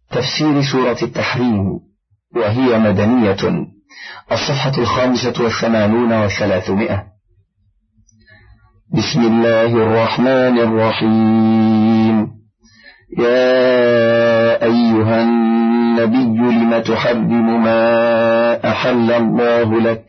تفسير سورة التحريم، وهي مدنية. الصفحة 85 و300. بسم الله الرحمن الرحيم. يا أيها النبي لم تحرم ما أحل الله لك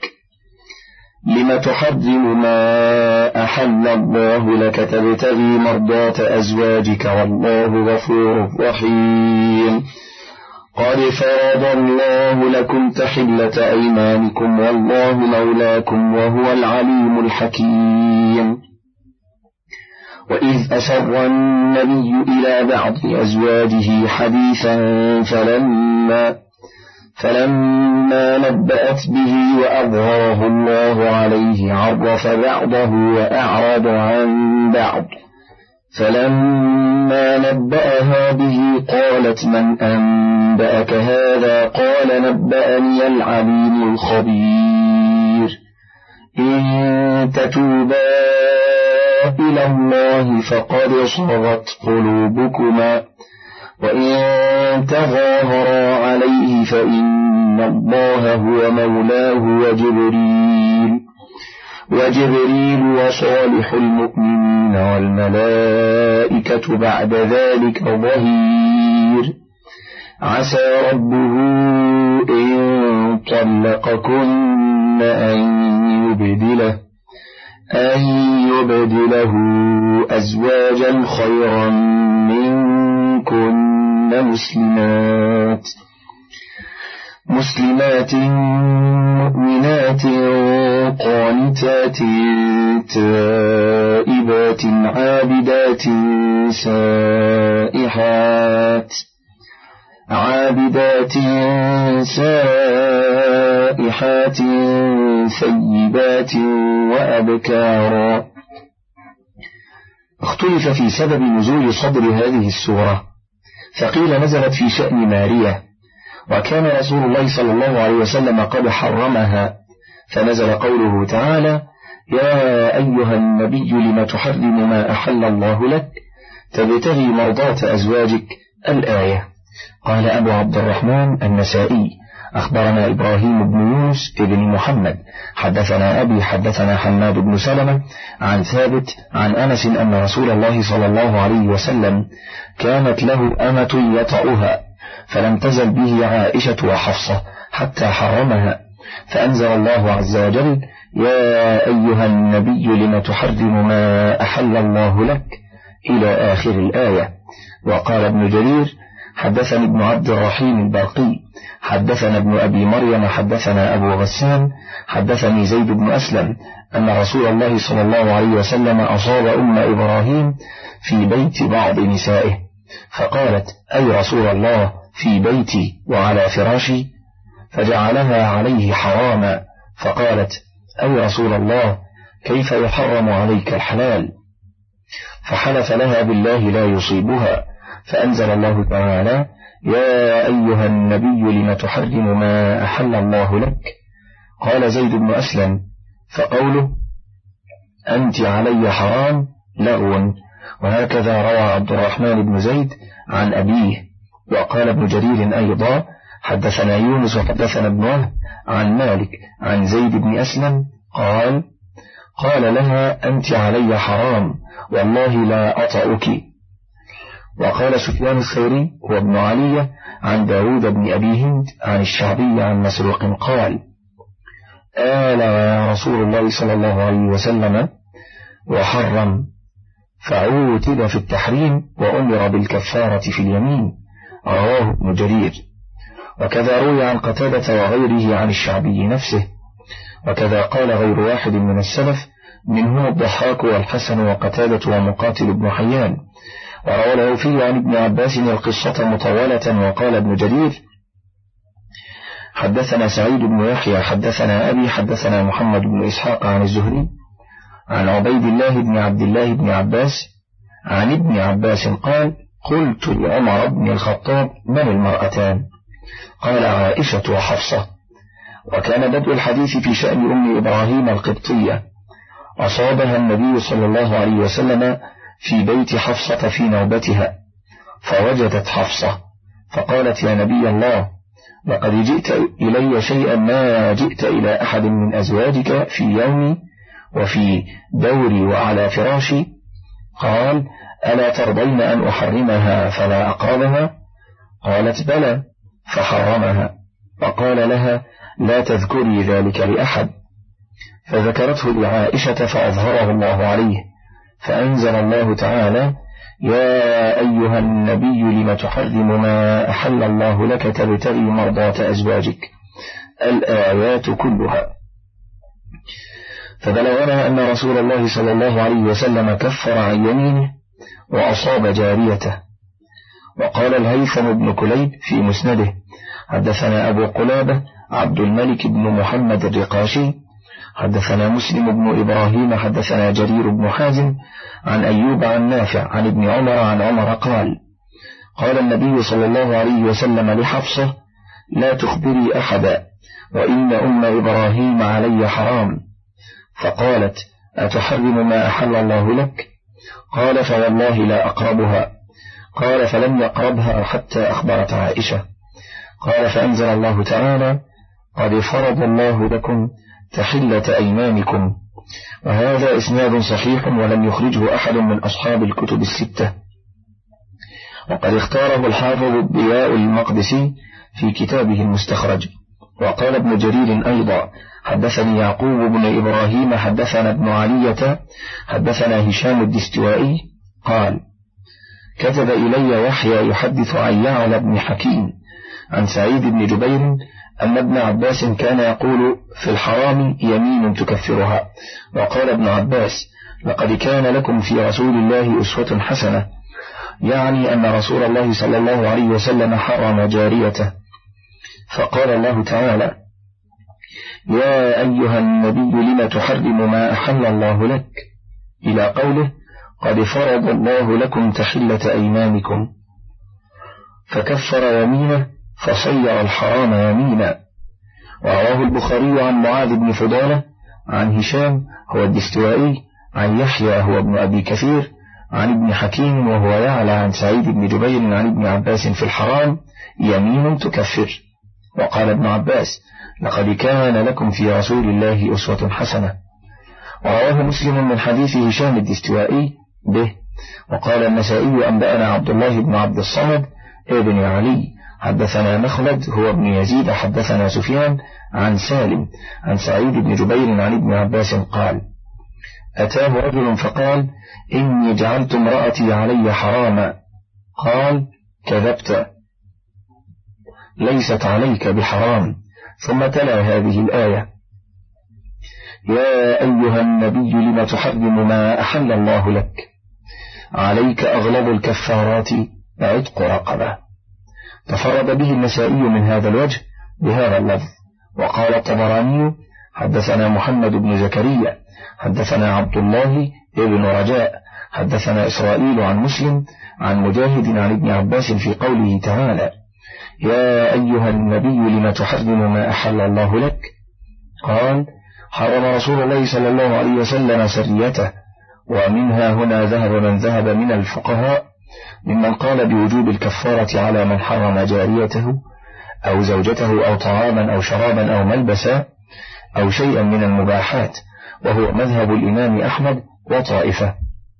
تبتغي مرضات أزواجك والله غفور رحيم. قد فرض الله لكم تحلة أيمانكم والله مولاكم وهو العليم الحكيم. وإذ أسر النبي إلى بعض أزواجه حديثا فلما نبأت به وأظهره الله عليه عرف بعضه وأعرض عن بعض. فلما نبأها به قالت من أنبأك هذا؟ قال نبأني العليم الخبير. إن تتوبا إلى الله فقد صغت قلوبكما وإن تظاهرا عليه فإن الله هو مولاه وجبريل وصالح المؤمنين والملائكة بعد ذلك ظهير. عسى ربه إن طلقكن أن يبدله أزواجا خيرا منكن مسلمات مؤمنات قانتات تائبات عابدات سائحات ثيبات وأبكارا. اختلف في سبب نزول صدر هذه السورة، فقيل نزلت في شأن مارية، وكان رسول الله صلى الله عليه وسلم قد حرمها، فنزل قوله تعالى: يا أيها النبي لم تحرم ما أحل الله لك تبتغي مرضات أزواجك، الآية. قال أبو عبد الرحمن النسائي: أخبرنا إبراهيم بن يونس ابن محمد حدثنا أبي حدثنا حماد بن سلمة عن ثابت عن أنس أن رسول الله صلى الله عليه وسلم كانت له أمة يطأها، فلم تزل به عائشة وحفصة حتى حرمها، فأنزل الله عز وجل: يا أيها النبي لم تحرم ما أحل الله لك، إلى آخر الآية. وقال ابن جرير: حدثني ابن عبد الرحيم البرقي حدثنا ابن أبي مريم حدثنا أبو غسان حدثني زيد بن أسلم أن رسول الله صلى الله عليه وسلم أصاب أم إبراهيم في بيت بعض نسائه، فقالت: أي رسول الله، في بيتي وعلى فراشي؟ فجعلها عليه حراما، فقالت: أي رسول الله، كيف يحرم عليك الحلال؟ فحلف لها بالله لا يصيبها، فأنزل الله تعالى: يا أيها النبي لم تحرم ما أحل الله لك. قال زيد بن أسلم: فقوله أنت علي حرام لغو. وهكذا روى عبد الرحمن بن زيد عن أبيه. وقال ابن جرير أيضا: حدثنا يونس وحدثنا ابن وهب عن مالك عن زيد بن أسلم قال لها: أنت علي حرام والله لا أطأك. وقال سفيان الثوري وابن علي عن داود بن أبي هند عن الشعبي عن مسروق قال: آل يا رسول الله صلى الله عليه وسلم وحرم، فعوتب في التحريم وأمر بالكفارة في اليمين. رواه ابن جرير. وكذا روي عن قتادة وغيره عن الشعبي نفسه. وكذا قال غير واحد من السلف، منهم الضحاك والحسن وقتادة ومقاتل بن حيان. وروى الوفي عن ابن عباس القصة مطولة. وقال ابن جرير: حدثنا سعيد بن يحيى حدثنا أبي حدثنا محمد بن إسحاق عن الزهري عن عبيد الله بن عبد الله بن عباس عن ابن عباس قال: قلت لعمر بن الخطاب: من المرأتان؟ قال: عائشة وحفصة. وكان بدء الحديث في شأن أم إبراهيم القبطية. أصابها النبي صلى الله عليه وسلم في بيت حفصة في نوبتها، فوجدت حفصة فقالت يا نبي الله لقد جئت إلي شيئا ما جئت إلى أحد من أزواجك في يومي وفي دوري وعلى فراشي. قال ألا ترضين أن أحرمها فلا أقربها؟ قالت بلى، فحرمها. وقال لها لا تذكري ذلك لأحد، فذكرته لعائشة فأظهره الله عليه، فأنزل الله تعالى يا أيها النبي لم تحرم ما أحل الله لك تبتغي مرضات أزواجك، الآيات كلها. فبلغنا أن رسول الله صلى الله عليه وسلم كفر عن يمينه وأصاب جاريته. وقال الهيثم بن كليب في مسنده حدثنا أبو قلابة عبد الملك بن محمد الرقاشي حدثنا مسلم بن إبراهيم حدثنا جرير بن حازم عن أيوب عن نافع عن ابن عمر عن عمر قال قال النبي صلى الله عليه وسلم لحفصة لا تخبري أحدا وإن أم إبراهيم علي حرام. فقالت أتحرم ما أحل الله لك؟ قال فوالله لا أقربها. قال فلم يقربها حتى أخبرت عائشة. قال فأنزل الله تعالى قد فرض الله لكم تحلة أيمانكم. وهذا إسناد صحيح ولم يخرجه أحد من أصحاب الكتب الستة، وقد اختاره الحافظ الضياء المقدسي في كتابه المستخرج. وقال ابن جرير أيضا حدثني يعقوب بن إبراهيم حدثنا ابن علية حدثنا هشام الدستوائي قال كتب إلي يحيى يحدث عن يعلى بن حكيم عن سعيد بن جبير أن ابن عباس كان يقول في الحرام يمين تكفرها. وقال ابن عباس لقد كان لكم في رسول الله أسوة حسنة، يعني أن رسول الله صلى الله عليه وسلم حرم جاريته. فقال الله تعالى يا أيها النبي لم تحرم ما أحل الله لك إلى قوله قد فرض الله لكم تحلة أيمانكم، فكفر يمينه فصير الحرام يمينا. ورواه البخاري عن معاذ بن فضالة عن هشام هو الدستوائي عن يحيى هو ابن أبي كثير عن ابن حكيم وهو يعلى عن سعيد بن جبير عن ابن عباس في الحرام يمين تكفر. وقال ابن عباس لقد كان لكم في رسول الله أسوة حسنة. ورواه مسلم من حديث هشام الدستوائي به. وقال النسائي أنبأنا عبد الله بن عبد الصمد ابن علي حدثنا مخلد هو ابن يزيد حدثنا سفيان عن سالم عن سعيد بن جبير عن ابن عباس قال أتاه رجل فقال إني جعلت امرأتي علي حراما. قال كذبت، ليست عليك بحرام. ثم تلا هذه الآية يا أيها النبي لم تحرم ما أحل الله لك، عليك أغلب الكفارات عتق رقبة. تفرد به النسائي من هذا الوجه بهذا اللفظ. وقال الطبراني حدثنا محمد بن زكريا حدثنا عبد الله ابن رجاء حدثنا إسرائيل عن مسلم عن مجاهد عن ابن عباس في قوله تعالى يا أيها النبي لم تحرم ما أحل الله لك. قال حرم رسول الله صلى الله عليه وسلم سريته. ومنها هنا ذهب من ذهب من الفقهاء ممن قال بوجوب الكفارة على من حرم جاريته أو زوجته أو طعاما أو شرابا أو ملبسا أو شيئا من المباحات، وهو مذهب الإمام أحمد وطائفة.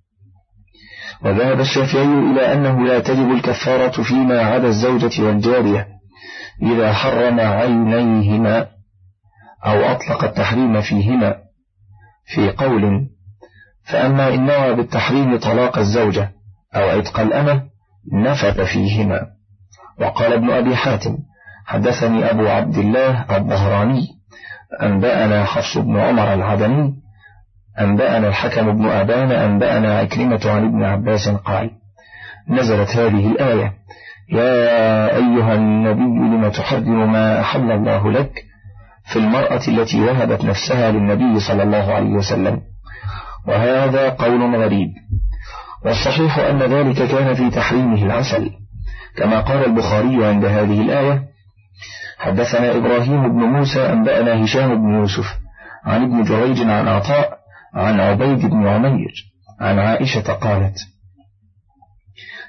وذهب الشافعي إلى أنه لا تجب الكفارة فيما عدا الزوجة والجارية إذا حرم عينيهما أو أطلق التحريم فيهما في قول، فأما إن نوى بالتحريم طلاق الزوجة أو عتق الأمة نفذ فيهما. وقال ابن أبي حاتم حدثني أبو عبد الله الظهراني أنبأنا حفص بن عمر العدني أنبأنا الحكم بن أبان أنبأنا عكرمة عن ابن عباس قال نزلت هذه الآية يا أيها النبي لم تحرم ما أحل الله لك في المرأة التي وهبت نفسها للنبي صلى الله عليه وسلم. وهذا قول غريب، والصحيح أن ذلك كان في تحريمه العسل، كما قال البخاري عند هذه الآية حدثنا إبراهيم بن موسى أنبأنا هشام بن يوسف عن ابن جريج عن عطاء عن عبيد بن عمير عن عائشة قالت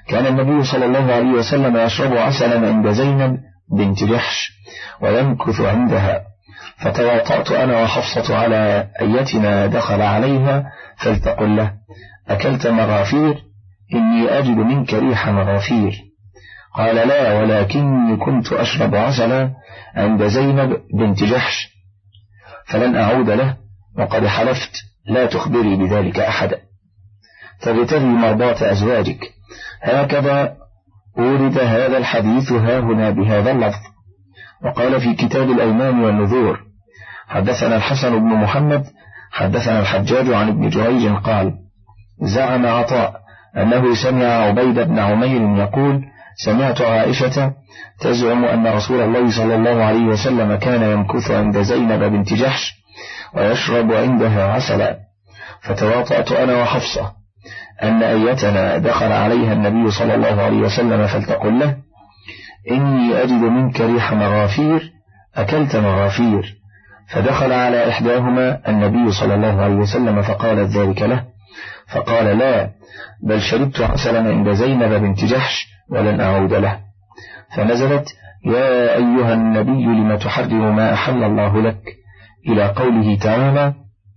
كان النبي صلى الله عليه وسلم يشرب عسلا عند زينب بنت جحش ويمكث عندها، فتواطأت أنا وحفصة على أيتنا دخل عليها فلتقل له: أكلت مغافير؟ إني أجد منك ريح مغافير. قال: لا، ولكني كنت أشرب عسلا عند زينب بنت جحش فلن أعود له، وقد حلفت لا تخبري بذلك أحدا، فابتغي مرضاة أزواجك. هكذا ورد هذا الحديث هاهنا بهذا اللفظ. وقال في كتاب الأيمان والنذور: حدثنا الحسن بن محمد حدثنا الحجاج عن ابن جريج قال: زعم عطاء أنه سمع عبيد بن عمير يقول: سمعت عائشة تزعم أن رسول الله صلى الله عليه وسلم كان يمكث عند زينب بنت جحش ويشرب عندها عسلا، فتواطأت أنا وحفصة أن أيتنا دخل عليها النبي صلى الله عليه وسلم فلتقل له: إني أجد منك ريح مغافير، أكلت مغافير؟ فدخل على إحداهما النبي صلى الله عليه وسلم فقالت ذلك له، فقال: لا، بل شربت عسلا عند زينب بنت جحش ولن أعود له. فنزلت: يا أيها النبي لم تحرم ما أحل الله لك، إلى قوله تعالى: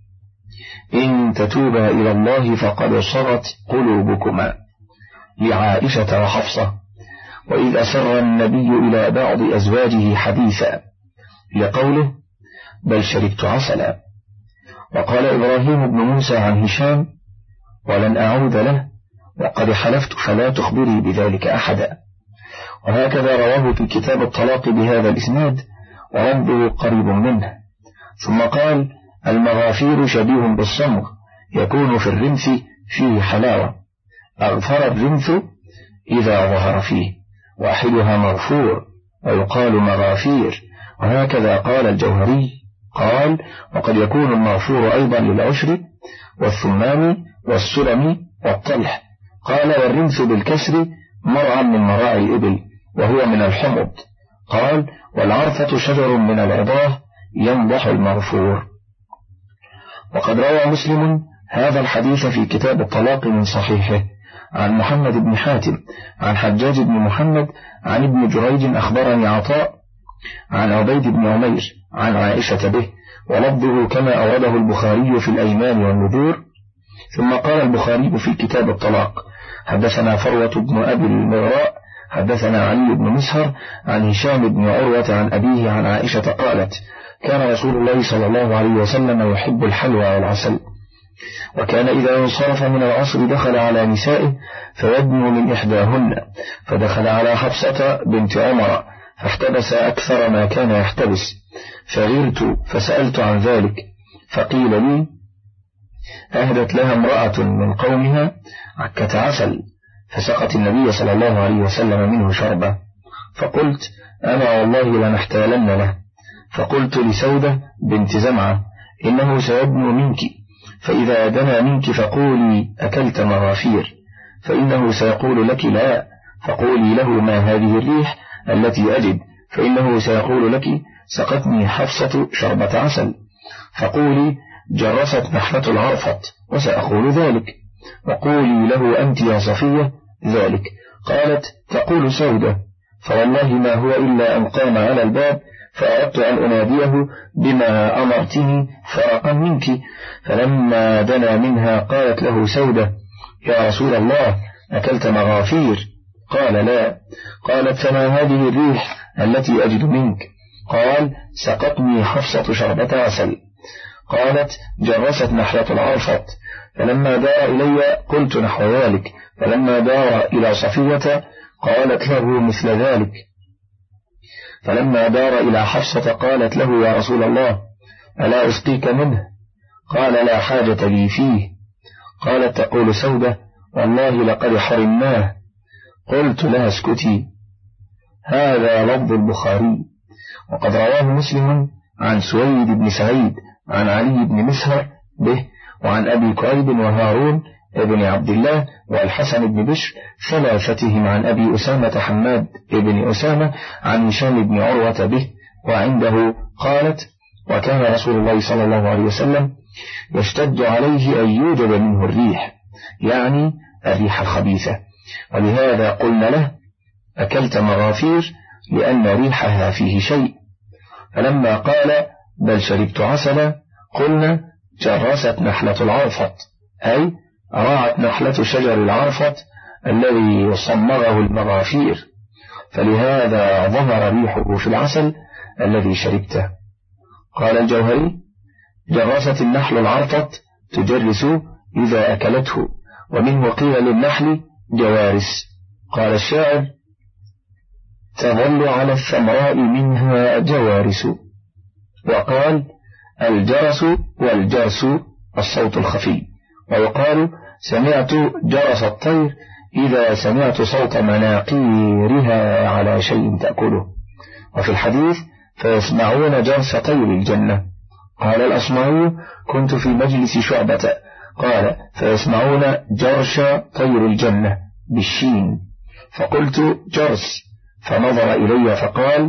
إن تتوبا إلى الله فقد صغت قلوبكما، لعائشة وحفصة. وإذ أسر النبي إلى بعض أزواجه حديثا، لقوله: بل شربت عسلا. وقال إبراهيم بن موسى عن هشام: ولن أعود له، وقد حلفت فلا تخبري بذلك أحدا. وهكذا رواه في كتاب الطلاق بهذا الإسناد، ولفظه قريب منه. ثم قال: المغافير شبيه بالصمغ، يكون في الرمث فيه حلاوة، أغفر الرمث إذا ظهر فيه، واحدها مغفور، ويقال مغافير. وهكذا قال الجوهري، قال: وقد يكون المغفور أيضا للعشر والثمان والسلم والطلح. قال: والرمث بالكسر مرعى من مراعي الإبل، وهو من الحمض. قال: والعرفة شجر من العضاه ينضح المغفور. وقد روى مسلم هذا الحديث في كتاب الطلاق من صحيحه عن محمد بن حاتم عن حجاج بن محمد عن ابن جريج أخبرني عطاء عن عبيد بن عمير عن عائشة به، ولفظه كما أورده البخاري في الأيمان والنذور. ثم قال البخاري في كتاب الطلاق: حدثنا فروة بن أبي المغراء حدثنا علي بن مسهر عن هشام بن عروة عن أبيه عن عائشة قالت: كان رسول الله صلى الله عليه وسلم يحب الحلوى والعسل، وكان إذا انصرف من العصر دخل على نسائه فيدنو من إحداهن، فدخل على حفصة بنت عمر فاحتبس أكثر ما كان يحتبس، فغرت فسألت عن ذلك، فقيل لي: أهدت لها امرأة من قومها عكة عسل، فسقت النبي صلى الله عليه وسلم منه شربة، فقلت: أنا والله لنحتالن له. فقلت لسودة بنت زمعة: إنه سيدنو منك، فإذا دنا منك فقولي: أكلت مغافير، فإنه سيقول لك: لا، فقولي له: ما هذه الريح التي أجد؟ فإنه سيقول لك: سقتني حفصة شربة عسل، فقولي: جرست نحلة العرفة، وسأقول ذلك، وقولي له أنت يا صفية ذلك. قالت: تقول سودة: فوالله ما هو إلا أن قام على الباب، فأردت أن أناديه بما أمرتني فرقا منك، فلما دنا منها قالت له سودة: يا رسول الله، أكلت مغافير؟ قال: لا. قالت: فما هذه الريح التي أجد منك؟ قال: سقتني حفصة شربة عسل. قالت: جرست نحلة العرفة. فلما دار إلي قلت نحو ذلك، فلما دار إلى صفية قالت له مثل ذلك، فلما دار إلى حفصة قالت له: يا رسول الله، ألا أسقيك منه؟ قال: لا حاجة لي فيه. قالت تقول سودة: والله لقد حرمناه. قلت لها: اسكتي. هذا لفظ البخاري. وقد رواه مسلم عن سويد بن سعيد عن علي بن مسهر به، وعن أبي كريب وهارون ابن عبد الله والحسن بن بشر ثلاثتهم عن أبي أسامة حماد ابن أسامة عن هشام بن عروة به. وعنده قالت: وكان رسول الله صلى الله عليه وسلم يشتد عليه أن يوجد منه الريح، يعني الريح الخبيثة، ولهذا قلنا له: أكلت مغافير؟ لأن ريحها فيه شيء. فلما قال: بل شربت عسلا، قلنا: جرست نحلة العرفط، أي راعت نحلة شجر العرفط الذي صمغه المغافير، فلهذا ظهر ريحه في العسل الذي شربته. قال الجوهري: جرست النحل العرفط تجرس إذا أكلته، ومنه قيل للنحل جوارس. قال الشاعر: تظل على الثمراء منها جوارس. وقال: الجرس والجرس الصوت الخفي. ويقال: سمعت جرس الطير إذا سمعت صوت مناقيرها على شيء تأكله. وفي الحديث: فيسمعون جرس طير الجنة. قال الأصمعي: كنت في مجلس شعبة، قال: فيسمعون جرش طير الجنة بالشين، فقلت: جرس، فنظر إلي فقال: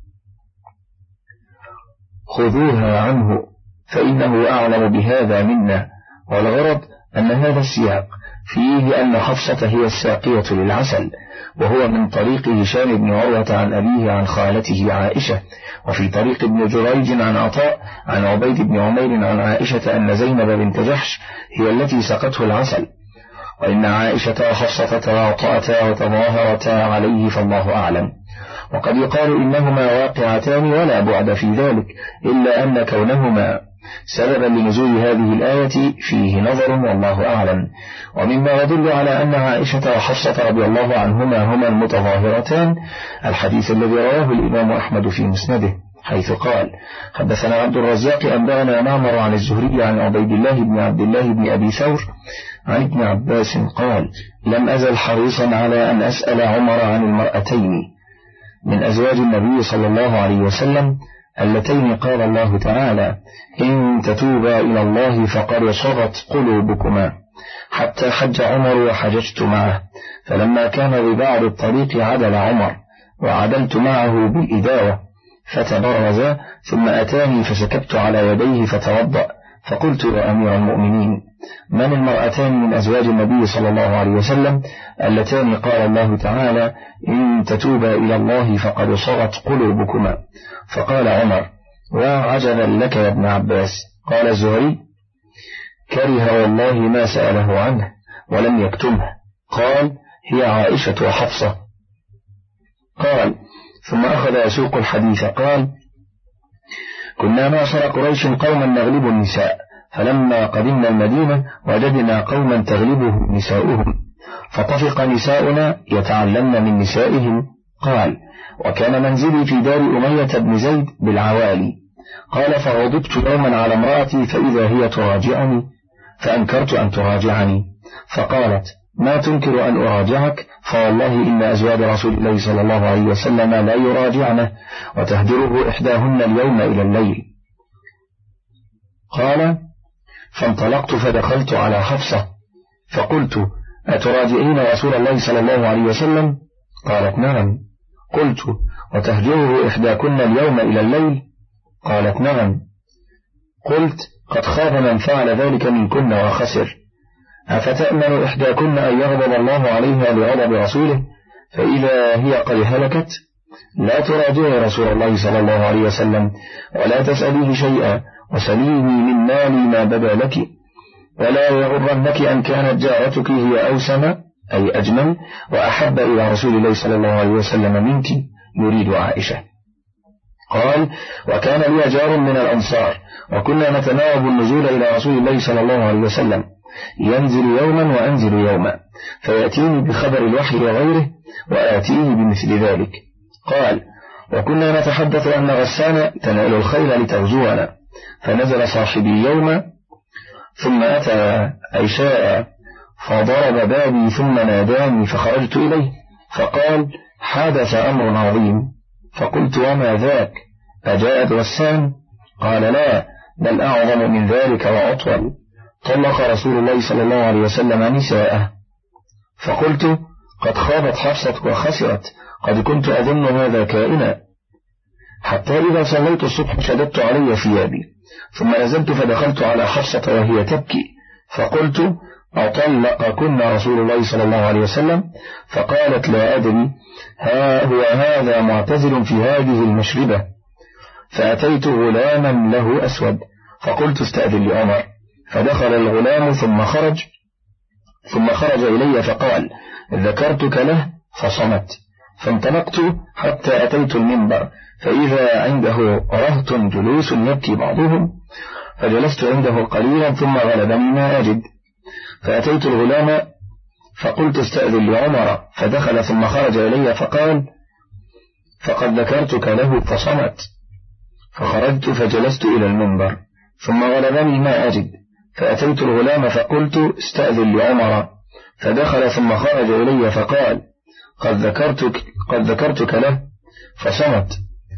خذوها عنه فإنه أعلم بهذا منا. والغرض أن هذا السياق فيه أن حفصة هي الساقية للعسل، وهو من طريق هشام بن عروة عن أبيه عن خالته عائشة، وفي طريق ابن جريج عن عطاء عن عبيد بن عمير عن عائشة أن زينب بنت جحش هي التي سقته العسل. وإن عائشة وحفصة تواطأتا وتظاهرتا عليه فالله أعلم. وقد يقال إنهما واقعتان ولا بعد في ذلك، إلا أن كونهما سببا لنزول هذه الآية فيه نظر والله أعلم. ومما يدل على أن عائشة وحفصة رضي الله عنهما هما المتظاهرتان الحديث الذي رواه الإمام أحمد في مسنده، حيث قال: حدثنا عبد الرزاق أنبأنا معمر عن الزهري عن عبيد الله بن عبد الله بن أبي ثور عن ابن عباس قال: لم أزل حريصا على أن أسأل عمر عن المرأتين من أزواج النبي صلى الله عليه وسلم اللتين قال الله تعالى: إن تتوبا إلى الله فقد صغت قلوبكما، حتى حج عمر وحججت معه، فلما كان ببعض الطريق عدل عمر وعدلت معه بالإداوة، فتبرز ثم أتاني فسكبت على يديه فتوضأ، فقلت: يا أمير المؤمنين، من المرأتان من أزواج النبي صلى الله عليه وسلم اللتان قال الله تعالى: إن تتوبا إلى الله فقد صغت قلوبكما؟ فقال عمر: وعجبا لك يا ابن عباس. قال الزهري: كره والله ما سأله عنه ولم يكتمه. قال: هي عائشة وحفصة. قال: ثم أخذ يسوق الحديث. قال: كنا معشر قريش قوما نغلب النساء، فلما قدمنا المدينة وجدنا قوما تغلبهم نساؤهم، فطفق نساؤنا يتعلمن من نسائهم. قال: وكان منزلي في دار أمية بن زيد بالعوالي. قال: فغضبت يوما على امرأتي فإذا هي تراجعني، فأنكرت أن تراجعني، فقالت: ما تنكر أن أراجعك؟ فوالله إن أزواج رسول الله صلى الله عليه وسلم لا يراجعنه، وتهدره إحداهن اليوم إلى الليل. قال: فانطلقت فدخلت على حفصة فقلت: أتراجعين رسول الله صلى الله عليه وسلم؟ قالت: نعم. قلت: وتهجره إحداكن اليوم إلى الليل؟ قالت: نعم. قلت: قد خاب من فعل ذلك منكن وخسر. أفتأمن إحداكن أن يغضب الله عليها لغضب رسوله فإذا هي قد هلكت؟ لا تراجعي رسول الله صلى الله عليه وسلم ولا تسأليه شيئا، وسليني من مالي ما بدا لك، ولا يغرنك أن كانت جارتك هي أوسم أي أجمل وأحب إلى رسول الله صلى الله عليه وسلم منك، يريد عائشة. قال: وكان لي جار من الأنصار، وكنا نتناوب النزول إلى رسول الله صلى الله عليه وسلم، ينزل يوما وأنزل يوما، فيأتيني بخبر الوحي وغيره وآتيه بمثل ذلك. قال: وكنا نتحدث أن غسان تنال الخيل لتغزونا، فنزل صاحبي يوما ثم أتى عشاء فضرب بابي ثم ناداني فخرجت إليه، فقال: حدث أمر عظيم. فقلت: وما ذاك؟ أجاءت غسان؟ قال: لا، بل أعظم من ذلك وأطول، طلق رسول الله صلى الله عليه وسلم نساءه. فقلت: قد خابت حفصة وخسرت، قد كنت أظن هذا كائنا. حتى إذا صليت الصبح شددت علي ثيابي، ثم نزلت فدخلت على حفصة وهي تبكي، فقلت: أطلقكن رسول الله صلى الله عليه وسلم؟ فقالت لا أدري، ها هو هذا معتزل في هذه المشربة. فأتيت غلاما له أسود فقلت استأذن لعمر، فدخل الغلام ثم خرج إلي فقال ذكرتك له فصمت. فانطلقت حتى أتيت المنبر فإذا عنده رهط جلوس يبكي بعضهم، فجلست عنده قليلا ثم غلبني ما أجد، فأتيت الغلام فقلت استأذن لعمر، فدخل ثم خرج إلي فقال فقد ذكرتك له فصمت. فخرجت فجلست إلى المنبر ثم غلبني ما أجد، فأتيت الغلام فقلت استأذن لعمر، فدخل ثم خرج إلي فقال قد ذكرتك له فصمت.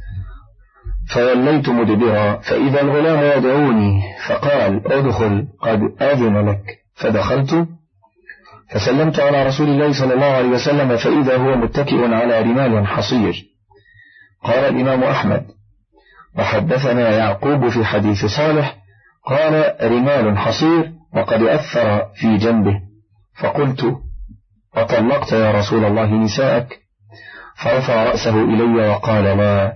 فوليت مدبرا فإذا الغلام يدعوني فقال ادخل قد آذن لك، فدخلت فسلمت على رسول الله صلى الله عليه وسلم فإذا هو متكئ على رمال حصير. قال الإمام أحمد وحدثنا يعقوب في حديث صالح قال رمال حصير وقد أثر في جنبه، فقلت أطلقت يا رسول الله نساءك؟ فرفع رأسه إلي وقال لا.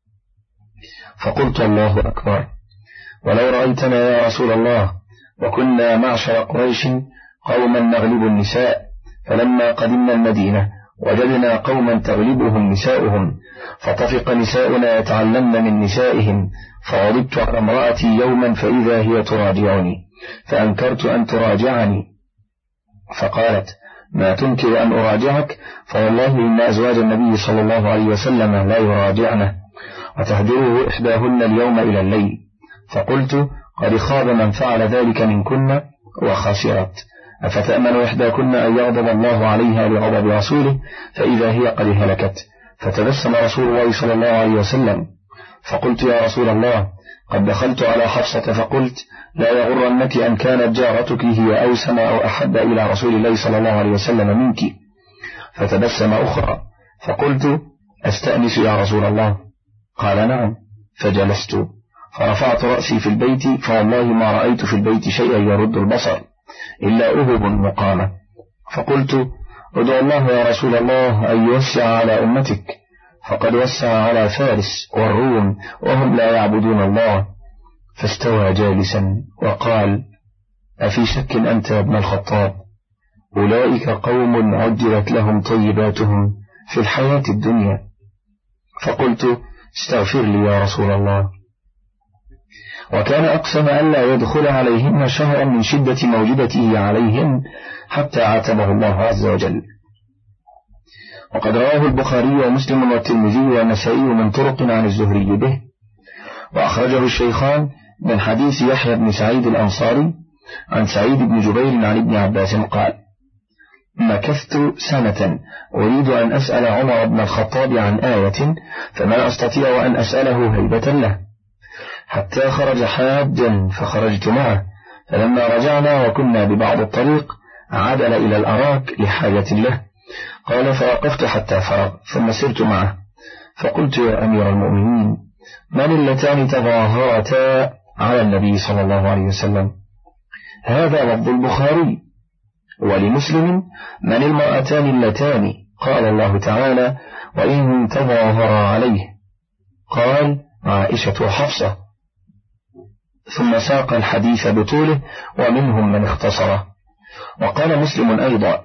فقلت الله أكبر، ولو رأيتنا يا رسول الله وكنا معشر قريش قوما نغلب النساء، فلما قدمنا المدينة وجدنا قوما تغلبهم نساؤهم، فطفق نساؤنا يتعلمن من نسائهم، فغضبت على امرأتي يوما فإذا هي تراجعني، فأنكرت أن تراجعني، فقالت ما تنكر أن أراجعك؟ فوالله إن أزواج النبي صلى الله عليه وسلم لا يراجعنه، وتهجره إحداهن اليوم إلى الليل. فقلت قد خاب من فعل ذلك منكن وخسرت، أفتأمن إحداكن أن يغضب الله عليها لغضب رسوله فإذا هي قد هلكت؟ فتبسم رسول الله صلى الله عليه وسلم، فقلت يا رسول الله قد دخلت على حفصة فقلت لا يغرنك أن كانت جارتك هي أوسم أو أحب إلى رسول الله صلى الله عليه وسلم منك. فتبسم أخرى فقلت أستأنس يا رسول الله؟ قال نعم. فجلست فرفعت رأسي في البيت فوالله ما رأيت في البيت شيئا يرد البصر إلا أهب مقامة، فقلت ادعو الله يا رسول الله أن يوسع على أمتك، فقد وسع على فارس والروم وهم لا يعبدون الله. فاستوى جالسا وقال أفي شك أنت يا ابن الخطاب؟ أولئك قوم عجلت لهم طيباتهم في الحياة الدنيا. فقلت استغفر لي يا رسول الله. وكان أقسم أن لا يدخل عليهن شهرا من شدة موجبته عليهن حتى عاتبه الله عز وجل. وقد رواه البخاري ومسلم والترمذي والنسائي من طرق عن الزهري به، وأخرجه الشيخان من حديث يحيى بن سعيد الأنصاري عن سعيد بن جبير عن ابن عباس قال مكثت سنة أريد أن أسأل عمر بن الخطاب عن آية فما أستطيع أن أسأله هيبة له، حتى خرج حاجا فخرجت معه، فلما رجعنا وكنا ببعض الطريق عدل إلى الأراك لحاجة له، قال فوقفت حتى فرغ ثم سرت معه، فقلت يا أمير المؤمنين من اللتان تظاهرتا على النبي صلى الله عليه وسلم؟ هذا لفظ البخاري. ولمسلم من المرأتان اللتان؟ قال الله تعالى وإن تظاهر عليه، قال عائشة وحفصة، ثم ساق الحديث بطوله ومنهم من اختصره. وقال مسلم أيضا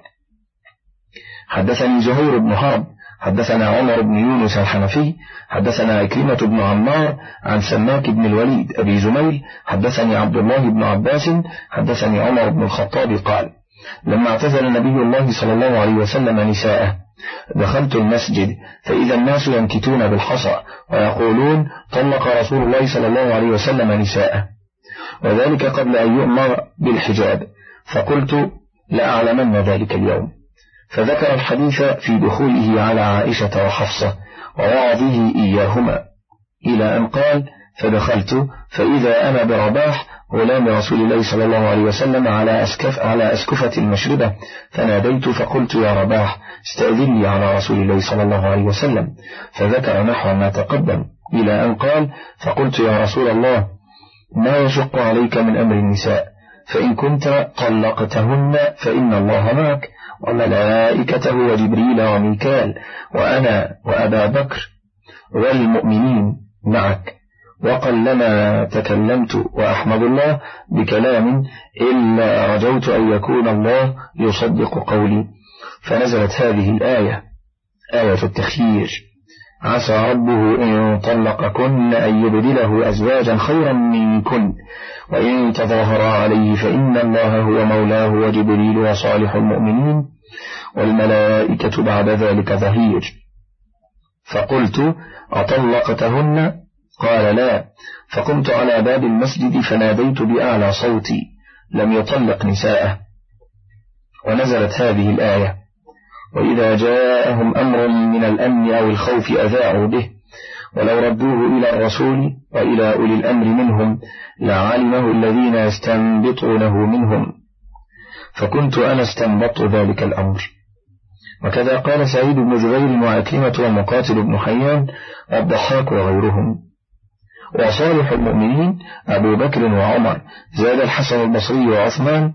حدثني زهير بن حرب حدثنا عمر بن يونس الحنفي حدثنا عكرمة بن عمار عن سماك بن الوليد أبي زميل حدثني عبد الله بن عباس حدثني عمر بن الخطاب قال لما اعتزل نبي الله صلى الله عليه وسلم نساءه دخلت المسجد فإذا الناس ينكتون بالحصى ويقولون طلق رسول الله صلى الله عليه وسلم نساءه، وذلك قبل أن يؤمر بالحجاب، فقلت لأعلمن ذلك اليوم. فذكر الحديث في دخوله على عائشة وحفصة ووعظه إياهما إلى أن قال فدخلت فإذا أنا برباح غلام رسول الله صلى الله عليه وسلم على أسكفة المشربة، فناديت فقلت يا رباح استأذن لي على رسول الله صلى الله عليه وسلم، فذكر نحو ما تقدم إلى أن قال فقلت يا رسول الله ما يشق عليك من أمر النساء؟ فإن كنت طلقتهن فإن الله معك وملائكته وجبريل وميكال وأنا وأبا بكر والمؤمنين معك. وقلما تكلمت وأحمد الله بكلام إلا رجوت أن يكون الله يصدق قولي. فنزلت هذه الآية، آية التخيير: عسى ربه إن طلقكن أن يبدله أزواجا خيرا منكن وإن تظاهرا عليه فإن الله هو مولاه وجبريل وصالح المؤمنين والملائكة بعد ذلك ظهير. فقلت: أطلقتهن؟ قال: لا. فقمت على باب المسجد فناديت بأعلى صوتي: لم يطلق نساءه. ونزلت هذه الآية: وإذا جاءهم أمر من الأمن أو الخوف أذاعوا به ولو ردوه إلى الرسول وإلى أولي الأمر منهم لعلمه الذين يستنبطونه منهم. فكنت أنا استنبطت ذلك الأمر. وكذا قال سعيد بن جبير وعكرمة ومقاتل بن حيان والضحاك وغيرهم. وصالح المؤمنين أبو بكر وعمر، زاد الحسن البصري وعثمان.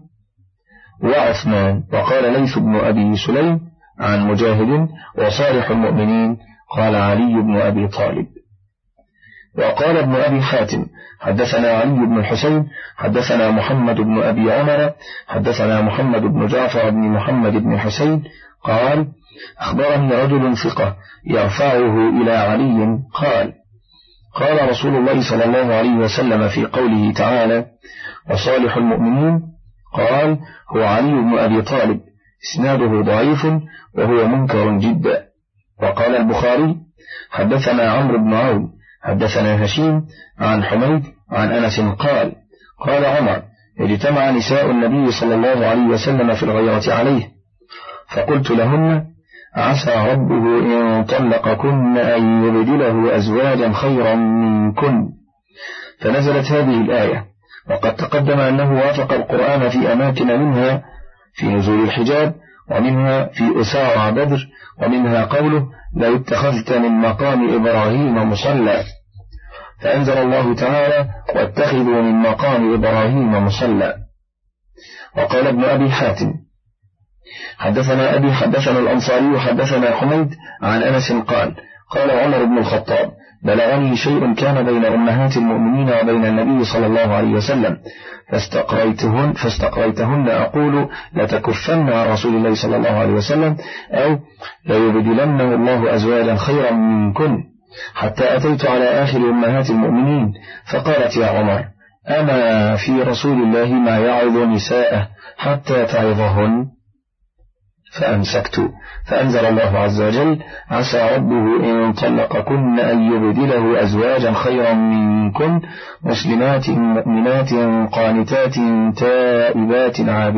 وقال ليث بن أبي سليم عن مجاهد: وصالح المؤمنين قال علي بن أبي طالب. وقال ابن أبي حاتم: حدثنا علي بن الحسين حدثنا محمد بن أبي عمر حدثنا محمد بن جعفر بن محمد بن حسين قال: أخبرني رجل ثقة يرفعه إلى علي قال: قال رسول الله صلى الله عليه وسلم في قوله تعالى: وصالح المؤمنين، قال: هو علي بن أبي طالب، إسناده ضعيف وهو منكر جدا. وقال البخاري: حدثنا عمرو بن عون حدثنا هشيم عن حميد عن أنس قال: قال عمر: اجتمع نساء النبي صلى الله عليه وسلم في الغيرة عليه، فقلت لهن: عسى ربه إن طلقكن أن يبدله أزواجا خيرا منكن. فنزلت هذه الآية. وقد تقدم أنه وافق القرآن في أماكن، منها في نزول الحجاب، ومنها في أسارى بدر، ومنها قوله: لو اتخذت من مقام إبراهيم مصلى، فأنزل الله تعالى: واتخذوا من مقام إبراهيم مصلى. وقال ابن أبي حاتم: حدثنا أبي حدثنا الأنصاري حدثنا حميد عن أنس قال: قال عمر بن الخطاب: بلغني شيء كان بين أمهات المؤمنين وبين النبي صلى الله عليه وسلم فاستقريتهن أقول: لتكفن عن رسول الله صلى الله عليه وسلم، أو ليبدلنه الله أزواجا خيرا منكن، حتى أتيت على آخر أمهات المؤمنين فقالت: يا عمر، أما في رسول الله ما يعظ نساءه حتى تعظهن؟ فأمسكت. فأنزل الله عز وجل: عسى ربه إن طلقكن أن يبدله أزواجا خيرا منكن مسلمات مؤمنات قانتات تائبات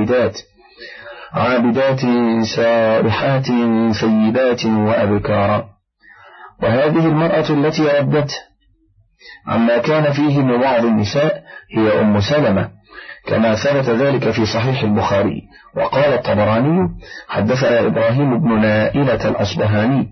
عابدات سائحات ثيبات وأبكارا. وهذه المرأة التي ردت عما كان فيه من بعض النساء هي أم سلمة، كما ثبت ذلك في صحيح البخاري. وقال الطبراني: حدثنا إبراهيم بن نائلة الأصبهاني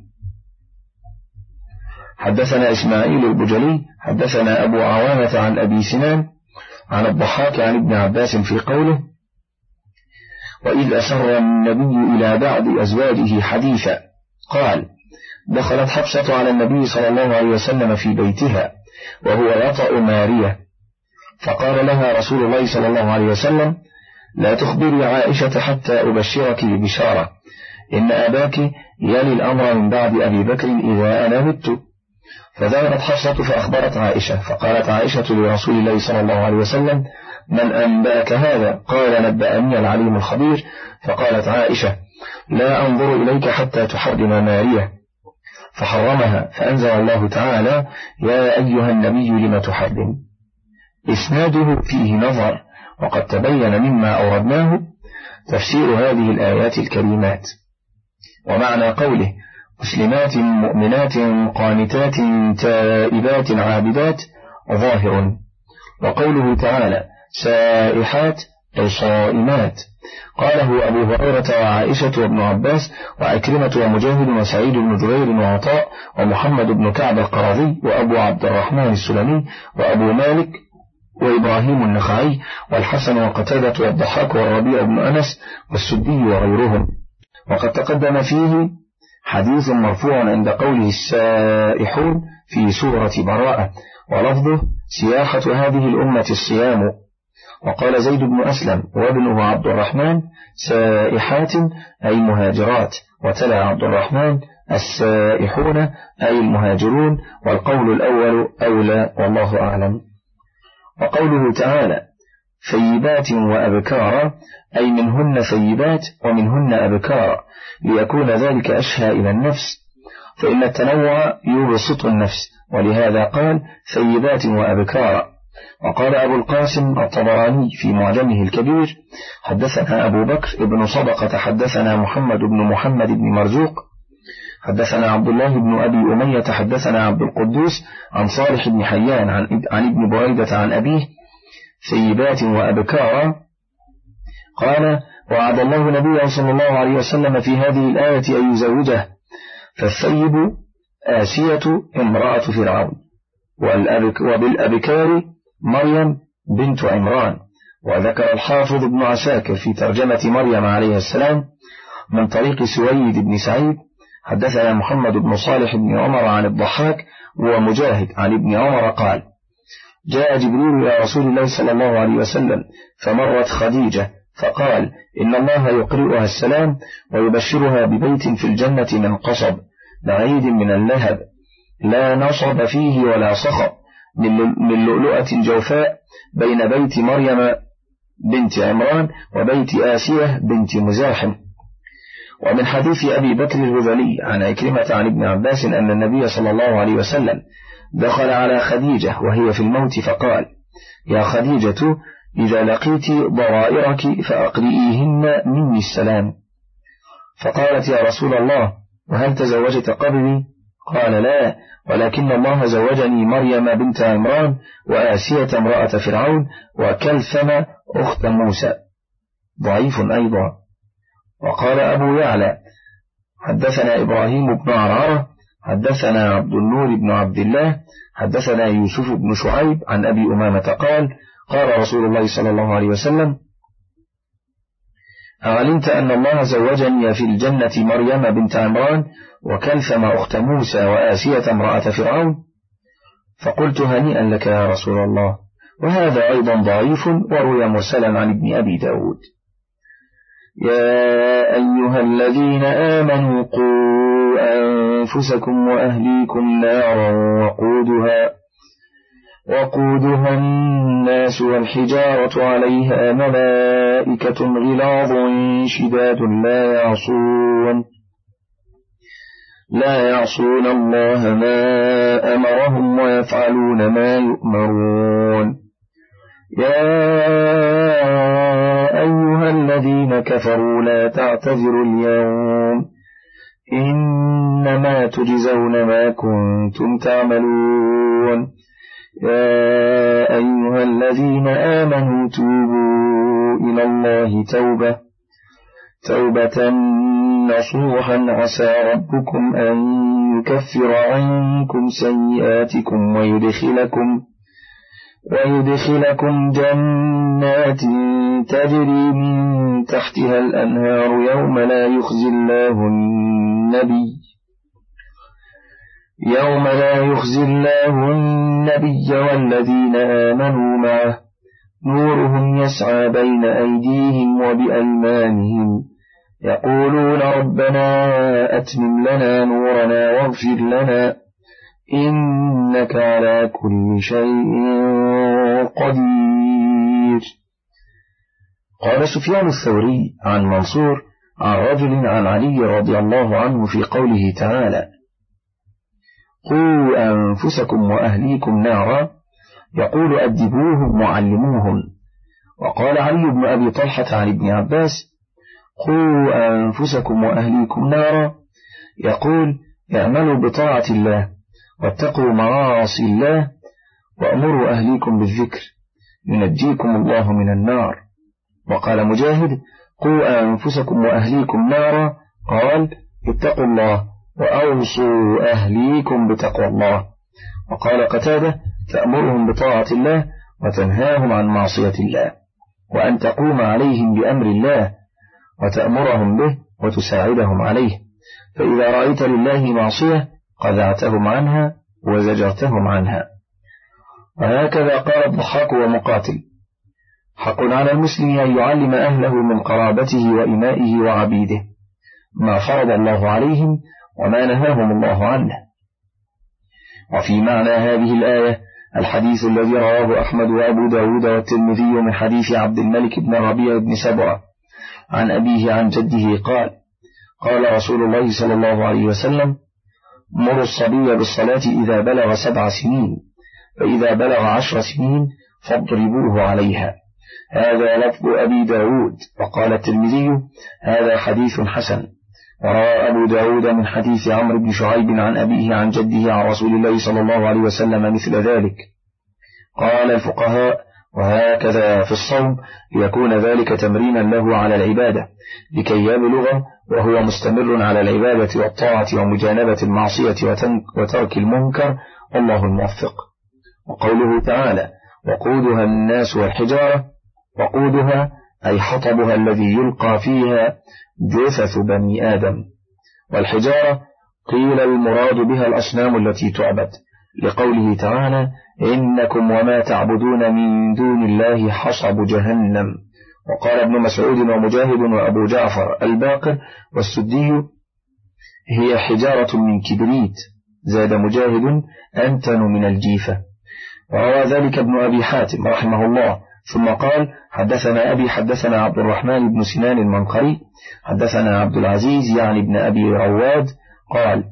حدثنا إسماعيل البجلي حدثنا أبو عوانة عن أبي سنان عن الضحاك عن ابن عباس في قوله: وإذ أسر النبي إلى بعض أزواجه حديثا قال: دخلت حفصة على النبي صلى الله عليه وسلم في بيتها وهو يطأ مارية، فقال لها رسول الله صلى الله عليه وسلم: لا تخبري عائشة حتى أبشرك ببشارة، إن أباك يلي الأمر من بعد أبي بكر إذا أنا مت. فذهبت حفصة فأخبرت عائشة، فقالت عائشة لرسول الله صلى الله عليه وسلم: من أنبأك هذا؟ قال: نبأني العليم الخبير. فقالت عائشة: لا أنظر إليك حتى تحرم مارية، فحرمها. فأنزل الله تعالى: يا أيها النبي لم تحرم. إسناده فيه نظر، وقد تبين مما أوردناه تفسير هذه الآيات الكريمات. ومعنى قوله: مسلمات مؤمنات قانتات تائبات عابدات ظاهر. وقوله تعالى: سائحات أي صائمات، قاله أبو هريرة وعائشة وابن عباس وعكرمة ومجاهد وسعيد بن جبير وعطاء ومحمد بن كعب القرظي وأبو عبد الرحمن السلمي وأبو مالك وإبراهيم النخعي والحسن وقتادة والضحاك والربيع بن أنس والسدي وغيرهم. وقد تقدم فيه حديث مرفوع عند قوله السائحون في سورة براءة، ولفظه سياحة هذه الأمة الصيام. وقال زيد بن أسلم وابنه عبد الرحمن سائحات أي مهاجرات، وتلا عبد الرحمن السائحون أي المهاجرون، والقول الأول أولى والله أعلم. وقوله تعالى ثيبات وأبكارا أي منهن ثيبات ومنهن أبكارا، ليكون ذلك أشهى إلى النفس، فإن التنوع يبسط النفس، ولهذا قال ثيبات وأبكارا. وقال أبو القاسم الطبراني في معجمه الكبير حدثنا أبو بكر ابن صدقة حدثنا محمد بن مرزوق حدثنا عبد الله بن أبي أمية حدثنا عبد القدوس عن صالح بن حيان عن ابن بريدة عن أبيه ثيبات وأبكارا قال وعد الله نبيه صلى الله عليه وسلم في هذه الآية أن يزوجه، فالثيب آسية امرأة فرعون، وبالأبكار مريم بنت عمران. وذكر الحافظ ابن عساكر في ترجمة مريم عليه السلام من طريق سويد بن سعيد حدثنا محمد بن صالح بن عمر عن الضحاك ومجاهد عن ابن عمر قال جاء جبريل إلى رسول الله صلى الله عليه وسلم فمرت خديجة فقال إن الله يقرئها السلام ويبشرها ببيت في الجنة من قصب بعيد من اللهب لا نصب فيه ولا صخب من لؤلؤة جوفاء بين بيت مريم بنت عمران وبيت آسية بنت مزاحم. ومن حديث أبي بكر الهذلي عن عكرمة عن ابن عباس أن النبي صلى الله عليه وسلم دخل على خديجة وهي في الموت فقال يا خديجة إذا لقيت ضرائرك فأقرئيهن مني السلام. فقالت يا رسول الله وهل تزوجت قبلي؟ قال لا، ولكن الله زوجني مريم بنت عمران وآسية امرأة فرعون وكلثم أخت موسى. ضعيف أيضا. وقال أبو يعلى حدثنا إبراهيم بن عرعرة حدثنا عبد النور بن عبد الله حدثنا يوسف بن شعيب عن أبي أمامة قال قال رسول الله صلى الله عليه وسلم أعلمت أن الله زوجني في الجنة مريم بنت عمران وكلثم أخت موسى وآسية امرأة فرعون؟ فقلت هنيئا لك يا رسول الله. وهذا أيضا ضعيف وروي مرسلا عن ابن أبي داود. يا أيها الذين آمنوا قوا أنفسكم وأهليكم نارا وقودها الناس والحجارة عليها ملائكة غلاظ شداد لا يعصون الله ما أمرهم ويفعلون ما يؤمرون. يا أيها الذين كفروا لا تعتذروا اليوم إنما تجزون ما كنتم تعملون. يا أيها الذين آمنوا توبوا إلى الله توبة نصوحا عسى ربكم أن يكفر عنكم سيئاتكم ويدخلكم جنات تجري من تحتها الأنهار يوم لا يخزي الله النبي والذين آمنوا معه نورهم يسعى بين أيديهم وبأيمانهم يقولون ربنا أتمم لنا نورنا واغفر لنا إنك على كل شيء قدير. قال سفيان الثوري عن منصور عن رجل عن علي رضي الله عنه في قوله تعالى قوا أنفسكم وأهليكم نارا يقول أدبوهم وعلموهم. وقال علي بن أبي طلحة عن ابن عباس قوا أنفسكم وأهليكم نارا يقول اعملوا بطاعة الله واتقوا معاصي الله وأمروا أهليكم بالذكر ينجيكم الله من النار. وقال مجاهد قوا أنفسكم وأهليكم نارا قال اتقوا الله وأوصوا أهليكم بتقوى الله. وقال قتادة تأمرهم بطاعة الله وتنهاهم عن معصية الله، وأن تقوم عليهم بأمر الله وتأمرهم به وتساعدهم عليه، فإذا رأيت لله معصية قذعتهم عنها وزجرتهم عنها. وهكذا قال الضحاك ومقاتل: حق على المسلم أن يعلم أهله من قرابته وإمائه وعبيده ما فرض الله عليهم وما نهاهم الله عنه. وفي معنى هذه الآية الحديث الذي رواه أحمد وأبو داود والترمذي من حديث عبد الملك بن ربيع بن سبرة عن أبيه عن جده قال: قال رسول الله صلى الله عليه وسلم: مروا الصبي بالصلاة إذا بلغ 7 سنين، فإذا بلغ 10 سنين فاضربوه عليها. هذا لفظ أبي داود. وقال الترمذي: هذا حديث حسن. وروى أبو داود من حديث عمرو بن شعيب عن أبيه عن جده عن رسول الله صلى الله عليه وسلم مثل ذلك. قال الفقهاء: وهكذا في الصوم ليكون ذلك تمرينا له على العبادة لكي يبلغ وهو مستمر على العبادة والطاعة ومجانبة المعصية وترك المنكر، والله الموفق. وقوله تعالى: وقودها الناس والحجارة، وقودها أي حطبها الذي يلقى فيها جثث بني آدم، والحجارة قيل المراد بها الأصنام التي تعبد، لقوله تعالى: إنكم وما تعبدون من دون الله حصب جهنم. وقال ابن مسعود ومجاهد وأبو جعفر الباقر والسدي: هي حجارة من كبريت، زاد مجاهد: أنتن من الجيفة. وروى ذلك ابن أبي حاتم رحمه الله، ثم قال: حدثنا أبي حدثنا عبد الرحمن بن سنان المنقري حدثنا عبد العزيز يعني ابن أبي رواد قال: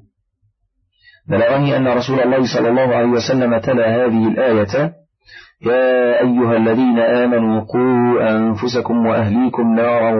بلغني أن رسول الله صلى الله عليه وسلم تلا هذه الآية: يا أيها الذين آمنوا قوا أنفسكم وأهليكم نارا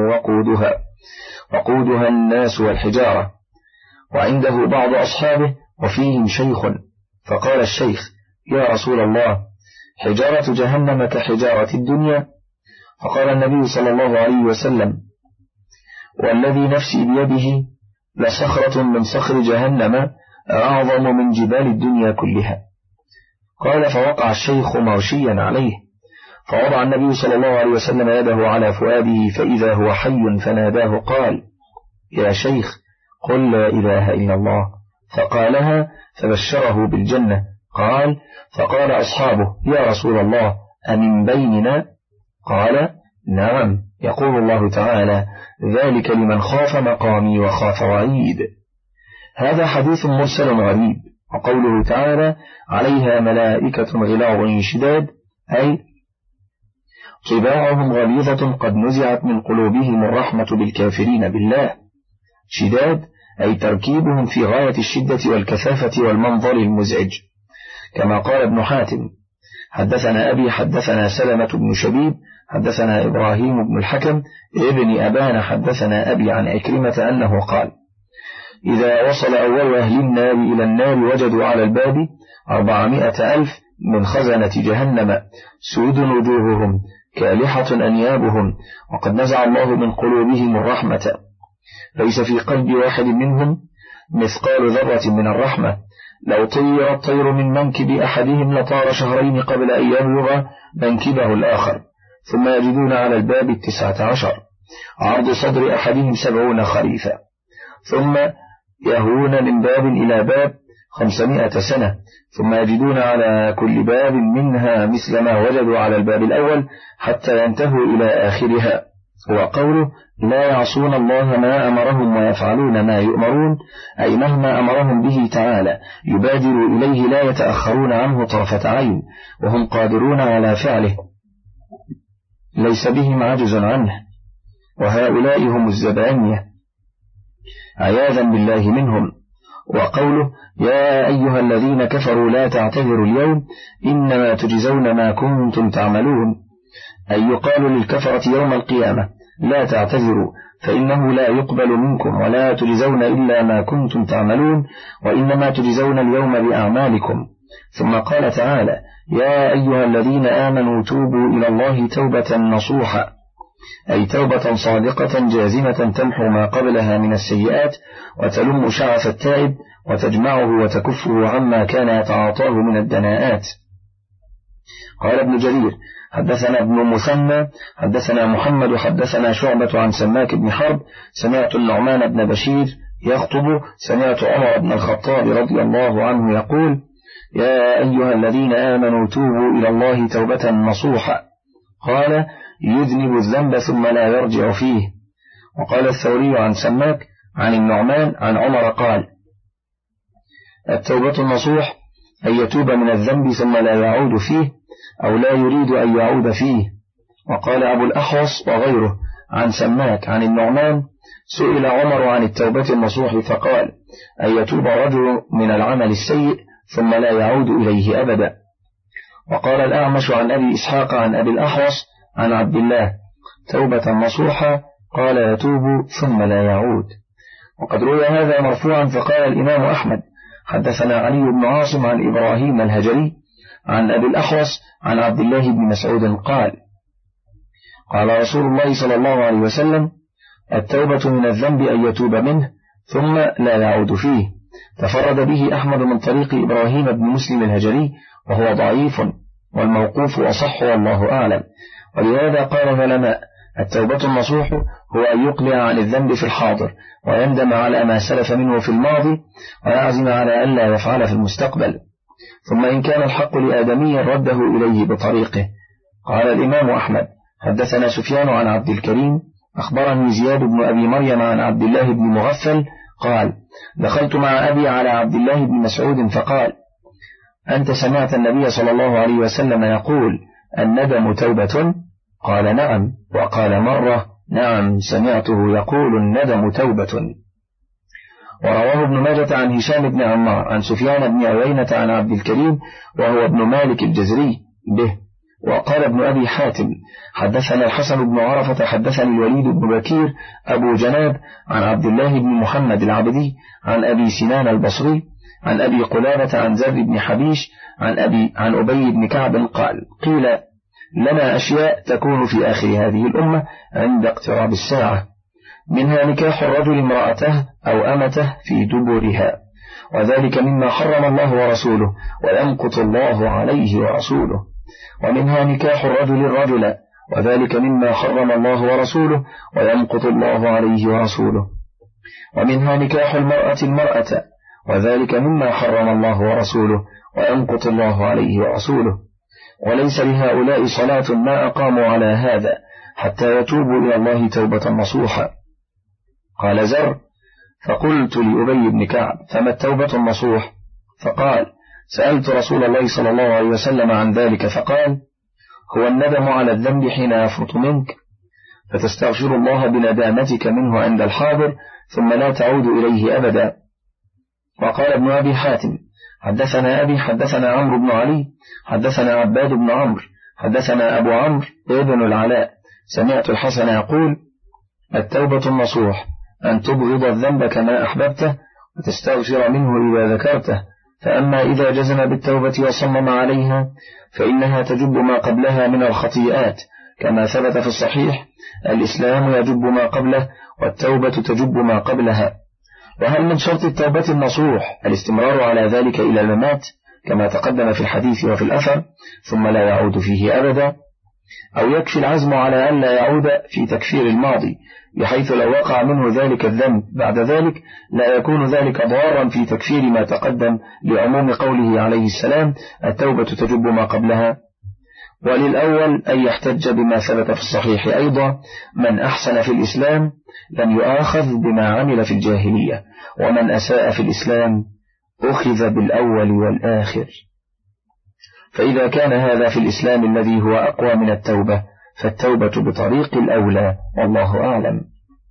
وقودها الناس والحجارة. وعنده بعض أصحابه وفيهم شيخ، فقال الشيخ: يا رسول الله، حجارة جهنم كحجارة الدنيا؟ فقال النبي صلى الله عليه وسلم: والذي نفسي بيده لصخرة من صخر جهنم أعظم من جبال الدنيا كلها. قال: فوقع الشيخ مغشيا عليه، فوضع النبي صلى الله عليه وسلم يده على فؤاده فإذا هو حي، فناداه قال: يا شيخ، قل لا إله إلا الله. فقالها فبشره بالجنة. قال: فقال أصحابه: يا رسول الله، أمن بيننا؟ قال: نعم، يقول الله تعالى: ذلك لمن خاف مقامي وخاف وعيد. هذا حديث مرسل غريب. وقوله تعالى: عليها ملائكة غلاظ شداد، أي طباعهم غليظة قد نزعت من قلوبهم الرحمة بالكافرين بالله. شداد أي تركيبهم في غاية الشدة والكثافة والمنظر المزعج. كما قال ابن حاتم: حدثنا أبي حدثنا سلمة بن شبيب حدثنا إبراهيم بن الحكم ابن أبان حدثنا أبي عن عكرمة أنه قال: إذا وصل أول أهل النار إلى النار وجدوا على الباب 400,000 من خزنة جهنم، سود وجوههم، كالحة أنيابهم، وقد نزع الله من قلوبهم الرحمة، ليس في قلب واحد منهم مثقال ذرة من الرحمة. لو طير الطير من منكب أحدهم لطار شهرين قبل أن يبلغ منكبه الآخر، ثم يجدون على الباب 19، عرض صدر أحدهم 70 خريفا، ثم يهون من باب إلى باب 500 سنة، ثم يجدون على كل باب منها مثل ما وجدوا على الباب الأول حتى ينتهوا إلى آخرها. وقوله: لا يعصون الله ما أمرهم ويفعلون ما يؤمرون، أي مهما أمرهم به تعالى يبادروا إليه، لا يتأخرون عنه طرفة عين، وهم قادرون على فعله، ليس بهم عجز عنه. وهؤلاء هم الزبانية عياذا بالله منهم. وقوله: يا أيها الذين كفروا لا تعتذروا اليوم إنما تجزون ما كنتم تعملون، أي يقال للكفرة يوم القيامة: لا تعتذروا فإنه لا يقبل منكم ولا تجزون إلا ما كنتم تعملون، وإنما تجزون اليوم بأعمالكم. ثم قال تعالى: يا أيها الذين آمنوا توبوا إلى الله توبة نصوحا، أي توبة صادقة جازمة تمحو ما قبلها من السيئات وتلم شعث التائب وتجمعه وتكفه عما كان يتعاطاه من الدناءات. قال ابن جرير حدثنا ابن مثنى حدثنا محمد حدثنا شعبة عن سماك بن حرب سمعت النعمان بن بشير يخطب سمعت عمر بن الخطاب رضي الله عنه يقول يا أيها الذين آمنوا توبوا إلى الله توبة نصوحا قال يذنب الذنب ثم لا يرجع فيه. وقال الثوري عن سماك عن النعمان عن عمر قال التوبة النصوح أن يتوب من الذنب ثم لا يعود فيه أو لا يريد أن يعود فيه. وقال أبو الأحوص وغيره عن سماك عن النعمان سئل عمر عن التوبة النصوح فقال أن يتوب رجل من العمل السيء ثم لا يعود إليه أبدا. وقال الأعمش عن أبي إسحاق عن أبي الأحوص عن عبد الله توبة نصوحا قال يتوب ثم لا يعود. وقد روي هذا مرفوعا فقال الإمام أحمد حدثنا علي بن عاصم عن إبراهيم الهجري عن أبي الأحوص عن عبد الله بن مسعود قال قال رسول الله صلى الله عليه وسلم التوبة من الذنب أن يتوب منه ثم لا يعود فيه. تفرد به أحمد من طريق إبراهيم بن مسلم الهجري وهو ضعيف والموقوف أصح والله أعلم. ولهذا قال العلماء التوبة النصوح هو أن يقلع عن الذنب في الحاضر ويندم على ما سلف منه في الماضي ويعزم على ألا يفعل في المستقبل، ثم إن كان الحق لآدمي رده إليه بطريقه. قال الإمام أحمد حدثنا سفيان عن عبد الكريم أخبرني زياد بن أبي مريم عن عبد الله بن مغفل قال دخلت مع أبي على عبد الله بن مسعود فقال أنت سمعت النبي صلى الله عليه وسلم يقول الندم توبة؟ قال نعم. وقال مرة نعم سمعته يقول الندم توبة. ورواه ابن ماجة عن هشام بن عمار عن سفيان بن عيينة عن عبد الكريم وهو ابن مالك الجزري به. وقال ابن أبي حاتم حدثنا الحسن بن عرفة حدثني الوليد بن بكير أبو جناب عن عبد الله بن محمد العبدي عن أبي سنان البصري عن أبي قلابة عن زر بن حبيش عن أبي بن كعب قال قيل لنا أشياء تكون في آخر هذه الأمة عند اقتراب الساعة، منها نكاح الرجل امرأته أو أمته في دبرها، وذلك مما حرم الله ورسوله ويمقت الله عليه ورسوله، ومنها نكاح الرجل الرجل، وذلك مما حرم الله ورسوله ويمقت الله عليه ورسوله، ومنها نكاح المرأة المرأة، وذلك مما حرم الله ورسوله ويمقت الله عليه ورسوله، وليس لهؤلاء صلاة ما أقاموا على هذا حتى يتوبوا إلى الله توبة نصوحا. قال زر فقلت لأبي بن كعب فما التوبة النصوح؟ فقال سألت رسول الله صلى الله عليه وسلم عن ذلك فقال هو الندم على الذنب حين يفرط منك فتستغفر الله بندامتك منه عند الحاضر ثم لا تعود إليه أبدا. وقال ابن أبي حاتم حدثنا أبي حدثنا عمرو بن علي حدثنا عباد بن عمرو حدثنا أبو عمرو ابن العلاء سمعت الحسن يقول التوبة النصوح أن تبغض الذنب كما أحببته وتستغفر منه إذا ذكرته، فأما إذا جزم بالتوبة وصمم عليها فإنها تجب ما قبلها من الخطيئات كما ثبت في الصحيح الإسلام يجب ما قبله والتوبة تجب ما قبلها. وهل من شرط التوبة النصوح الاستمرار على ذلك إلى الممات كما تقدم في الحديث وفي الأثر ثم لا يعود فيه أبدا، أو يكفي العزم على أن لا يعود في تكفير الماضي بحيث لو وقع منه ذلك الذنب بعد ذلك لا يكون ذلك ضارا في تكفير ما تقدم لعموم قوله عليه السلام التوبة تجب ما قبلها. وللأول أن يحتج بما ثبت في الصحيح أيضا من أحسن في الإسلام لم يؤاخذ بما عمل في الجاهلية ومن أساء في الإسلام أخذ بالأول والآخر. فإذا كان هذا في الإسلام الذي هو أقوى من التوبة فالتوبة بطريق الأولى والله أعلم.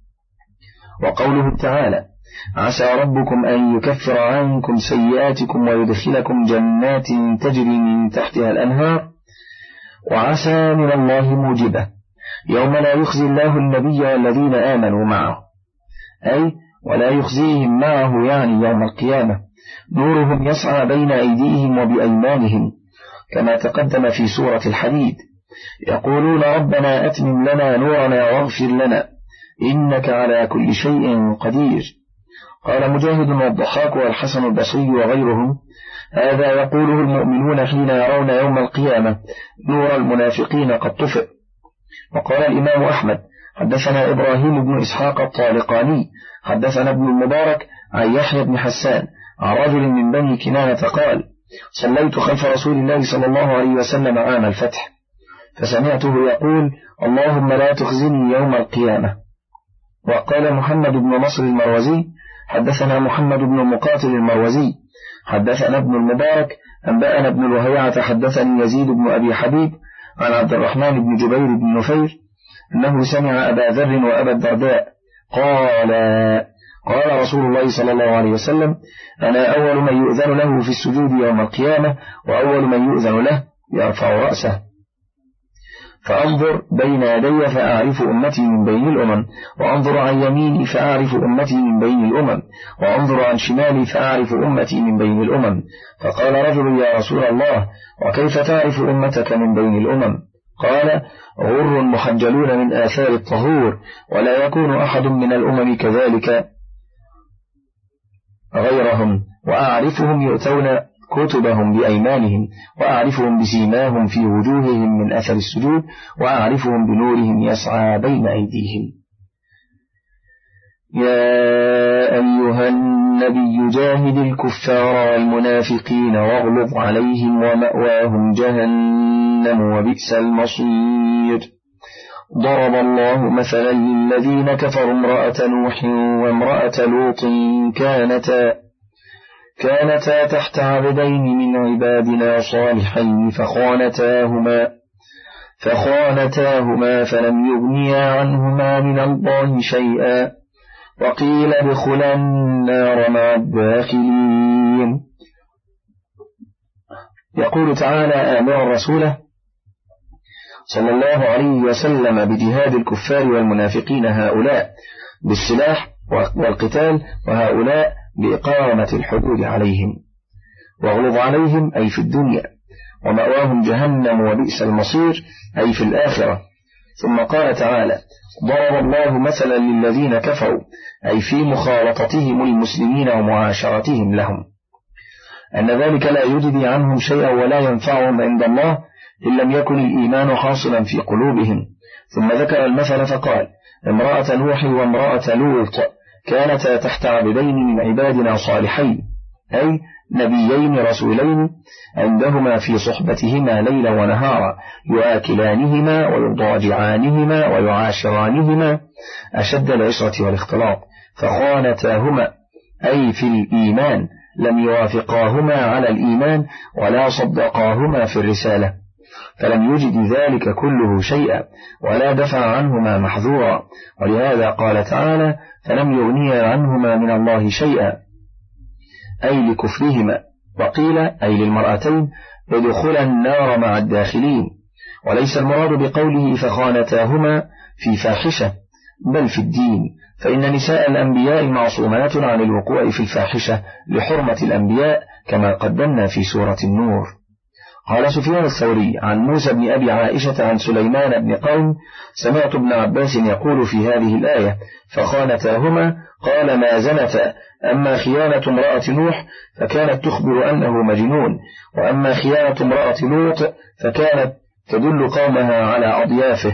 وقوله تعالى عسى ربكم أن يكفر عنكم سيئاتكم ويدخلكم جنات تجري من تحتها الأنهار وعسى من الله موجبة يوم لا يخزي الله النبي والذين آمنوا معه، أي ولا يخزيهم معه يعني يوم القيامة، نورهم يسعى بين أيديهم وبأيمانهم كما تقدم في سورة الحديد، يقولون ربنا أتمم لنا نورنا واغفر لنا إنك على كل شيء قدير. قال مجاهد والضحاك والحسن البصري وغيرهم هذا يقوله المؤمنون حين يرون يوم القيامة نور المنافقين قد طفئ. وقال الإمام أحمد حدثنا إبراهيم بن إسحاق الطالقاني حدثنا ابن المبارك عن يحيى بن حسان عن رجل من بني كنانة قال صليت خلف رسول الله صلى الله عليه وسلم عام الفتح فسمعته يقول اللهم لا تخزني يوم القيامة. وقال محمد بن نصر المروزي حدثنا محمد بن مقاتل المروزي حدثنا ابن المبارك أنبأنا ابن الوهيعة حدثني يزيد بن أبي حبيب عن عبد الرحمن بن جبير بن نفير أنه سمع أبا ذر وأبا الدرداء قال رسول الله صلى الله عليه وسلم أنا أول من يؤذن له في السجود يوم القيامة وأول من يؤذن له يرفع رأسه فأنظر بين يدي فأعرف أمتي من بين الأمم وأنظر عن يميني فأعرف أمتي من بين الأمم وأنظر عن شمالي فأعرف أمتي من بين الأمم. فقال رجل يا رسول الله وكيف تعرف أمتك من بين الأمم؟ قال غر محجلون من آثار الطهور ولا يكون أحد من الأمم كذلك غيرهم وأعرفهم يؤتون كتبهم بأيمانهم وأعرفهم بسيماهم في وجوههم من أثر السجود وأعرفهم بنورهم يسعى بين أيديهم. يا أيها النبي جاهد الكفار والمنافقين واغلظ عليهم ومأواهم جهنم وبئس المصير. ضرب الله مثلا للذين كفروا امرأة نوح وامرأة لوط كانتا تحت عبدين من عبادنا صالحين فخانتاهما فلم يغنيا عنهما من الله شيئا وقيل ادخلا النار مع الداخلين. يقول تعالى آمرا رسوله صلى الله عليه وسلم بجهاد الكفار والمنافقين هؤلاء بالسلاح والقتال وهؤلاء بإقامة الحدود عليهم. واغلظ عليهم أي في الدنيا ومأواهم جهنم وبئس المصير أي في الآخرة. ثم قال تعالى ضرب الله مثلا للذين كفروا أي في مخالطتهم المسلمين ومعاشرتهم لهم أن ذلك لا يجدي عنهم شيئا ولا ينفعهم عند الله إن لم يكن الإيمان حاصلا في قلوبهم. ثم ذكر المثل فقال امرأة نوح وامرأة لوط كانتا تحت عبدين من عبادنا صالحين أي نبيين رسولين عندهما في صحبتهما ليلا ونهارا يؤكلانهما ويضاجعانهما ويعاشرانهما أشد العشرة والاختلاط. فخانتاهما أي في الإيمان لم يوافقاهما على الإيمان ولا صدقاهما في الرسالة فلم يجد ذلك كله شيئا ولا دفع عنهما محذورا. ولهذا قال تعالى فلم يغنيا عنهما من الله شيئا أي لكفرهما. وقيل أي للمرأتين ادخلا النار مع الداخلين. وليس المراد بقوله فخانتاهما في فاحشة بل في الدين فإن نساء الأنبياء معصومات عن الوقوع في الفاحشة لحرمة الأنبياء كما قدمنا في سورة النور. قال سفيان الثوري عن موسى بن أبي عائشة عن سليمان بن قوم سمعت ابن عباس يقول في هذه الآية فخانتاهما قال ما زنتا. أما خيانة امرأة نوح فكانت تخبر أنه مجنون وأما خيانة امرأة لوط فكانت تدل قومها على أضيافه.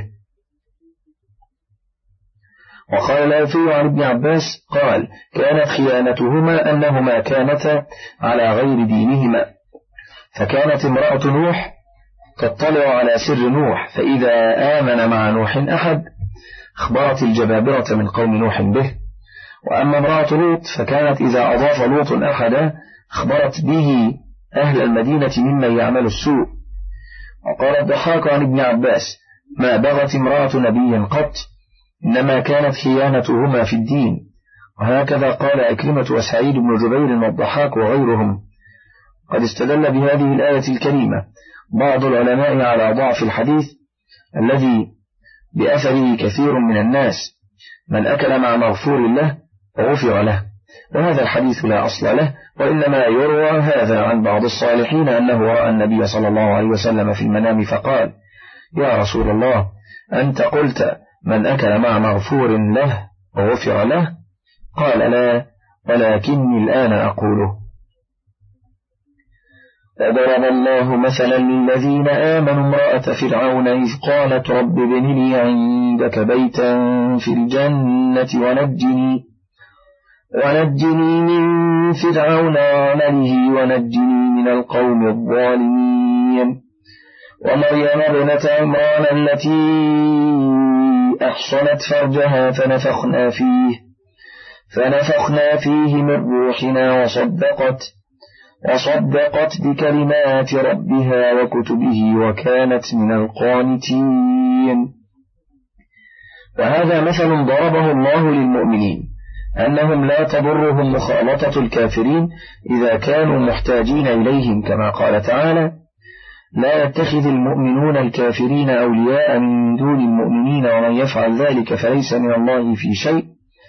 وقال الأوفي عن ابن عباس قال كانت خيانتهما أنهما كانتا على غير دينهما فكانت امرأة نوح تطلع على سر نوح فإذا آمن مع نوح أحد أخبرت الجبابرة من قوم نوح به. وأما امرأة لوط فكانت إذا أضاف لوط أحدا أخبرت به أهل المدينة ممن يعمل السوء. وقال الضحاك عن ابن عباس ما بغت امرأة نبي قط إنما كانت خيانتهما في الدين. وهكذا قال أكرمة وسعيد بن جبير والضحاك وغيرهم. قد استدل بهذه الآية الكريمة بعض العلماء على ضعف الحديث الذي بأثره كثير من الناس من أكل مع مغفور له غفر له وهذا الحديث لا أصل له وإنما يروى هذا عن بعض الصالحين أنه رأى النبي صلى الله عليه وسلم في المنام فقال يا رسول الله أنت قلت من أكل مع مغفور له غفر له؟ قال لا ولكني الآن أقوله. فضرب الله مثلا للذين آمنوا امرأة فرعون إذ قالت رب ابن لي عندك بيتا في الجنة ونجني من فرعون وعمله ونجني من القوم الظالمين. ومريم ابنة عمران التي أحصنت فرجها فنفخنا فيه من روحنا وصدقت بكلمات ربها وكتبه وكانت من القانتين. وهذا مثل ضربه الله للمؤمنين أنهم لا تضرهم مخالطة الكافرين إذا كانوا محتاجين إليهم، كما قال تعالى: لا يتخذ المؤمنون الكافرين أولياء من دون المؤمنين ومن يفعل ذلك فليس من الله في شيء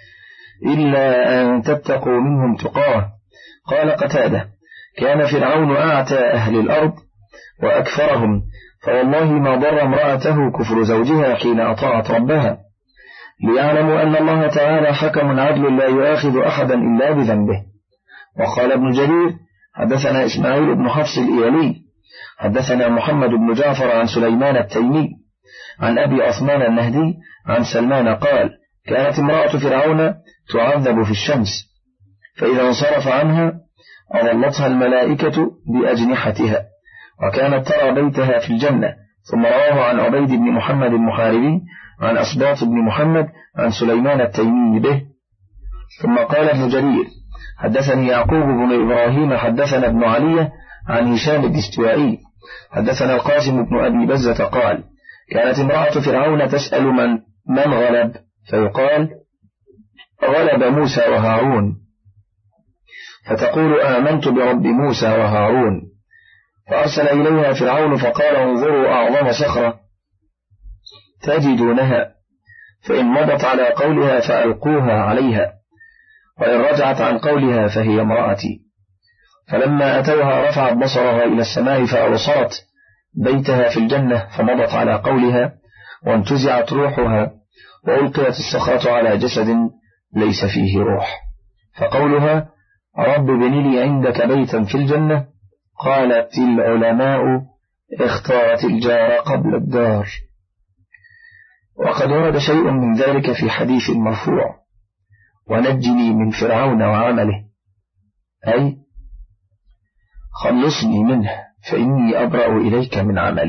إلا أن تتقوا منهم تقاه. قال قتادة: كان فرعون أعتى أهل الأرض وأكثرهم، فوالله ما ضر امرأته كفر زوجها حين أطاعت ربها، ليعلموا أن الله تعالى حكم عدل لا يؤاخذ أحدا إلا بذنبه. وقال ابن جرير: حدثنا إسماعيل بن حفص الإيلي حدثنا محمد بن جعفر عن سليمان التيمي عن أبي عثمان النهدي عن سلمان قال: كانت امرأة فرعون تعذب في الشمس، فإذا انصرف عنها أظلتها الملائكة بأجنحتها، وكانت ترى بيتها في الجنة. ثم رواه عن عبيد بن محمد المحاربي عن أسباط بن محمد عن سليمان التيمي به. ثم قال ابن جرير: حدثني يعقوب بن إبراهيم حدثنا ابن علي عن هشام الدستوائي حدثنا القاسم بن أبي بزة قال: كانت امرأة فرعون تسأل من غلب، فيقال: غلب موسى وهارون، فتقول: آمنت برب موسى وهارون. فأرسل إليها فرعون فقال: انظروا أعظم صخرة تجدونها، فإن مضت على قولها فألقوها عليها، وإن رجعت عن قولها فهي امرأتي. فلما أتوها رفعت بصرها إلى السماء فأبصرت بيتها في الجنة، فمضت على قولها وانتزعت روحها، وألقيت الصخرة على جسد ليس فيه روح. فقولها: رب ابن لي عندك بيتا في الجنة، قالت العلماء: اختارت الجار قبل الدار. وقد ورد شيء من ذلك في حديث مرفوع: ونجني من فرعون وعمله، أي خلصني منه فإني أبرأ إليك من عمله،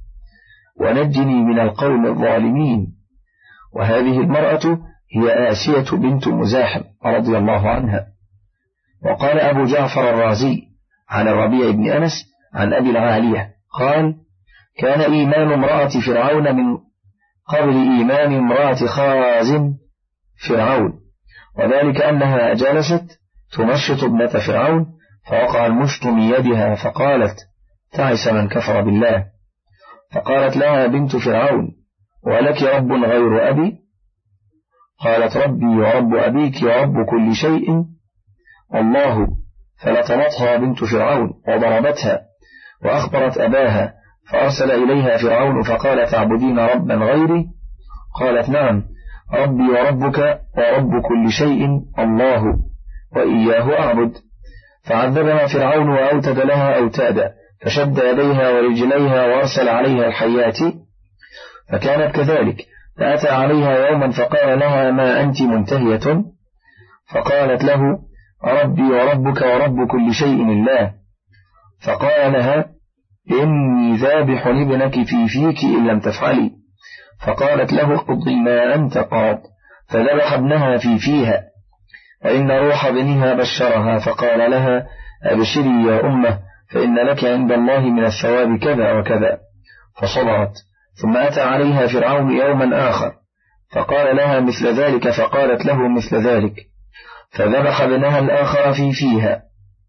ونجني من القوم الظالمين. وهذه المرأة هي آسية بنت مزاحم رضي الله عنها. وقال أبو جعفر الرازي عن الربيع بن أنس عن أبي العالية قال: كان إيمان امرأة فرعون من قبل إيمان امرأة خازن فرعون، وذلك أنها جلست تمشط ابنة فرعون، فوقع المشط من يدها، فقالت: تعس من كفر بالله. فقالت لها بنت فرعون: ولك رب غير أبي؟ قالت: ربي ورب أبيك ورب كل شيء الله. فلطمتها بنت فرعون وضربتها، وأخبرت أباها، فأرسل إليها فرعون فقال: تعبدين ربا غيري؟ قالت: نعم، ربي وربك ورب كل شيء الله، وإياه أعبد. فعذبها فرعون وأوتد لها أوتادا، فشد يديها ورجليها وأرسل عليها الحيات، فكانت كذلك. فأتى عليها يوما فقال لها: ما أنت منتهية؟ فقالت له: ربي وربك ورب كل شيء الله. فقال لها: إني ذابح ابنك في فيك إن لم تفعلي. فقالت له: اقضي ما أنت قاض. فذبح ابنها في فيها، وإن روح ابنها بشرها، فقال لها: أبشري يا أمه، فإن لك عند الله من الثواب كذا وكذا. فصبرت. ثم أتى عليها فرعون يوما آخر فقال لها مثل ذلك، فقالت له مثل ذلك، فذبح ابنها الآخر في فيها،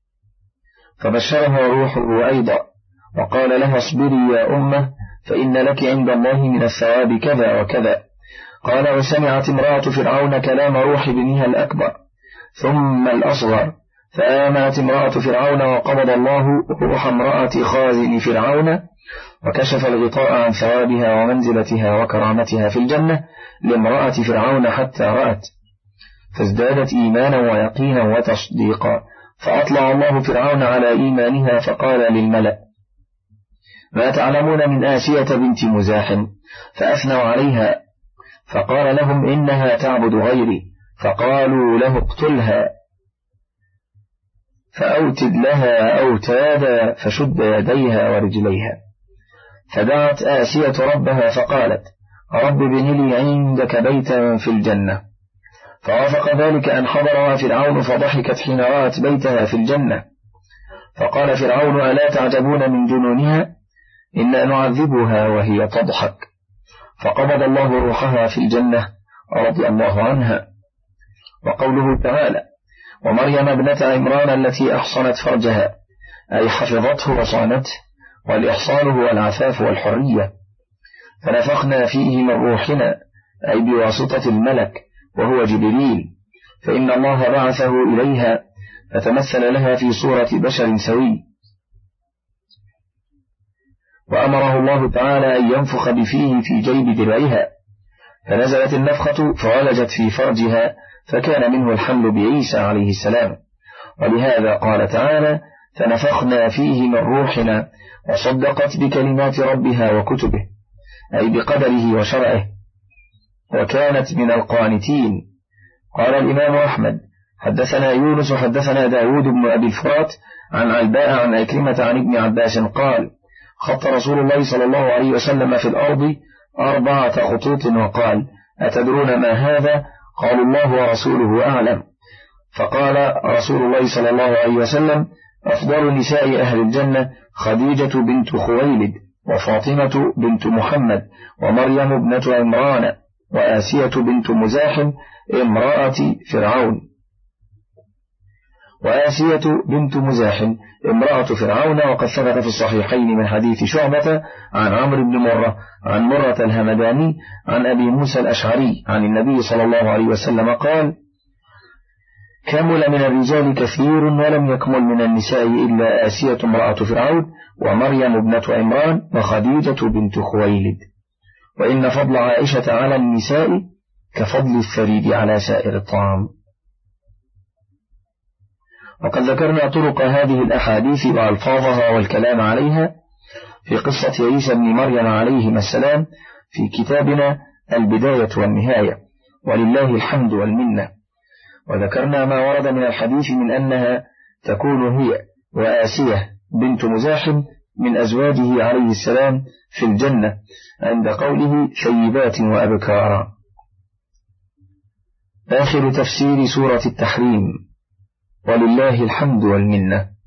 فبشرها روحه أيضا، وقال لها: اصبري يا أمه، فإن لك عند الله من الثواب كذا وكذا. قال: وسمعت امرأة فرعون كلام روح ابنها الأكبر ثم الأصغر، فآمنت امرأة فرعون، وقبض الله روح امرأة خازن فرعون، وكشف الغطاء عن ثوابها ومنزلتها وكرامتها في الجنة لامرأة فرعون حتى رأت، فازدادت إيمانا ويقينا وتصديقا. فأطلع الله فرعون على إيمانها فقال للملأ: ما تعلمون من آسية بنت مزاحم؟ فأثنوا عليها، فقال لهم: إنها تعبد غيري. فقالوا له: اقتلها، فأوتد لها أوتادا فشد يديها ورجليها. فدعت آسية ربها فقالت: رب ابن لي عندك بيتا في الجنة. فوافق ذلك أن حضرها فرعون، فضحكت حين رأت بيتها في الجنة. فقال فرعون: ألا تعجبون من جنونها؟ إنا نعذبها وهي تضحك. فقبض الله روحها في الجنة رضي الله عنها. وقوله تعالى: ومريم ابنة عمران التي أحصنت فرجها، أي حفظته وصانته، والإحصان هو العفاف والحرية. فنفخنا فيه من روحنا، أي بواسطة الملك وهو جبريل، فإن الله بعثه إليها فتمثل لها في صورة بشر سوي. وأمره الله تعالى أن ينفخ بفيه في جيب درعها، فنزلت النفخة فولجت في فرجها، فكان منه الحمل بعيسى عليه السلام. ولهذا قال تعالى: فنفخنا فيه من روحنا وصدقت بكلمات ربها وكتبه، أي بقدره وشرعه، وكانت من القانتين. قال الإمام أحمد: حدثنا يونس حدثنا داود بن أبي الفرات عن علباء عن أكرمة عن ابن عباس قال: خط رسول الله صلى الله عليه وسلم في الأرض 4 خطوط وقال: أتدرون ما هذا؟ قالوا: الله ورسوله أعلم. فقال رسول الله صلى الله عليه وسلم: أفضل نساء أهل الجنة خديجة بنت خويلد، وفاطمة بنت محمد، ومريم ابنة عمران، وآسية بنت مزاحم امرأة فرعون. وآسية بنت مزاحم امرأة فرعون. وقد ثبت في الصحيحين من حديث شعبة عن عمرو بن مرة عن مرة الهمداني عن أبي موسى الأشعري عن النبي صلى الله عليه وسلم قال: كمل من الرجال كثير ولم يكمل من النساء إلا آسية امرأة فرعون، ومريم ابنة عمران، وخديجة بنت خويلد. وإن فضل عائشة على النساء كفضل الثريد على سائر الطعام. وقد ذكرنا طرق هذه الأحاديث وألفاظها والكلام عليها في قصة عيسى بن مريم عليهما السلام في كتابنا البداية والنهاية، ولله الحمد والمنة. وذكرنا ما ورد من الحديث من أنها تكون هي وآسية بنت مزاحم من أزواجه عليه السلام في الجنة عند قوله ثيبات وأبكارا. آخر تفسير سورة التحريم، ولله الحمد والمنة.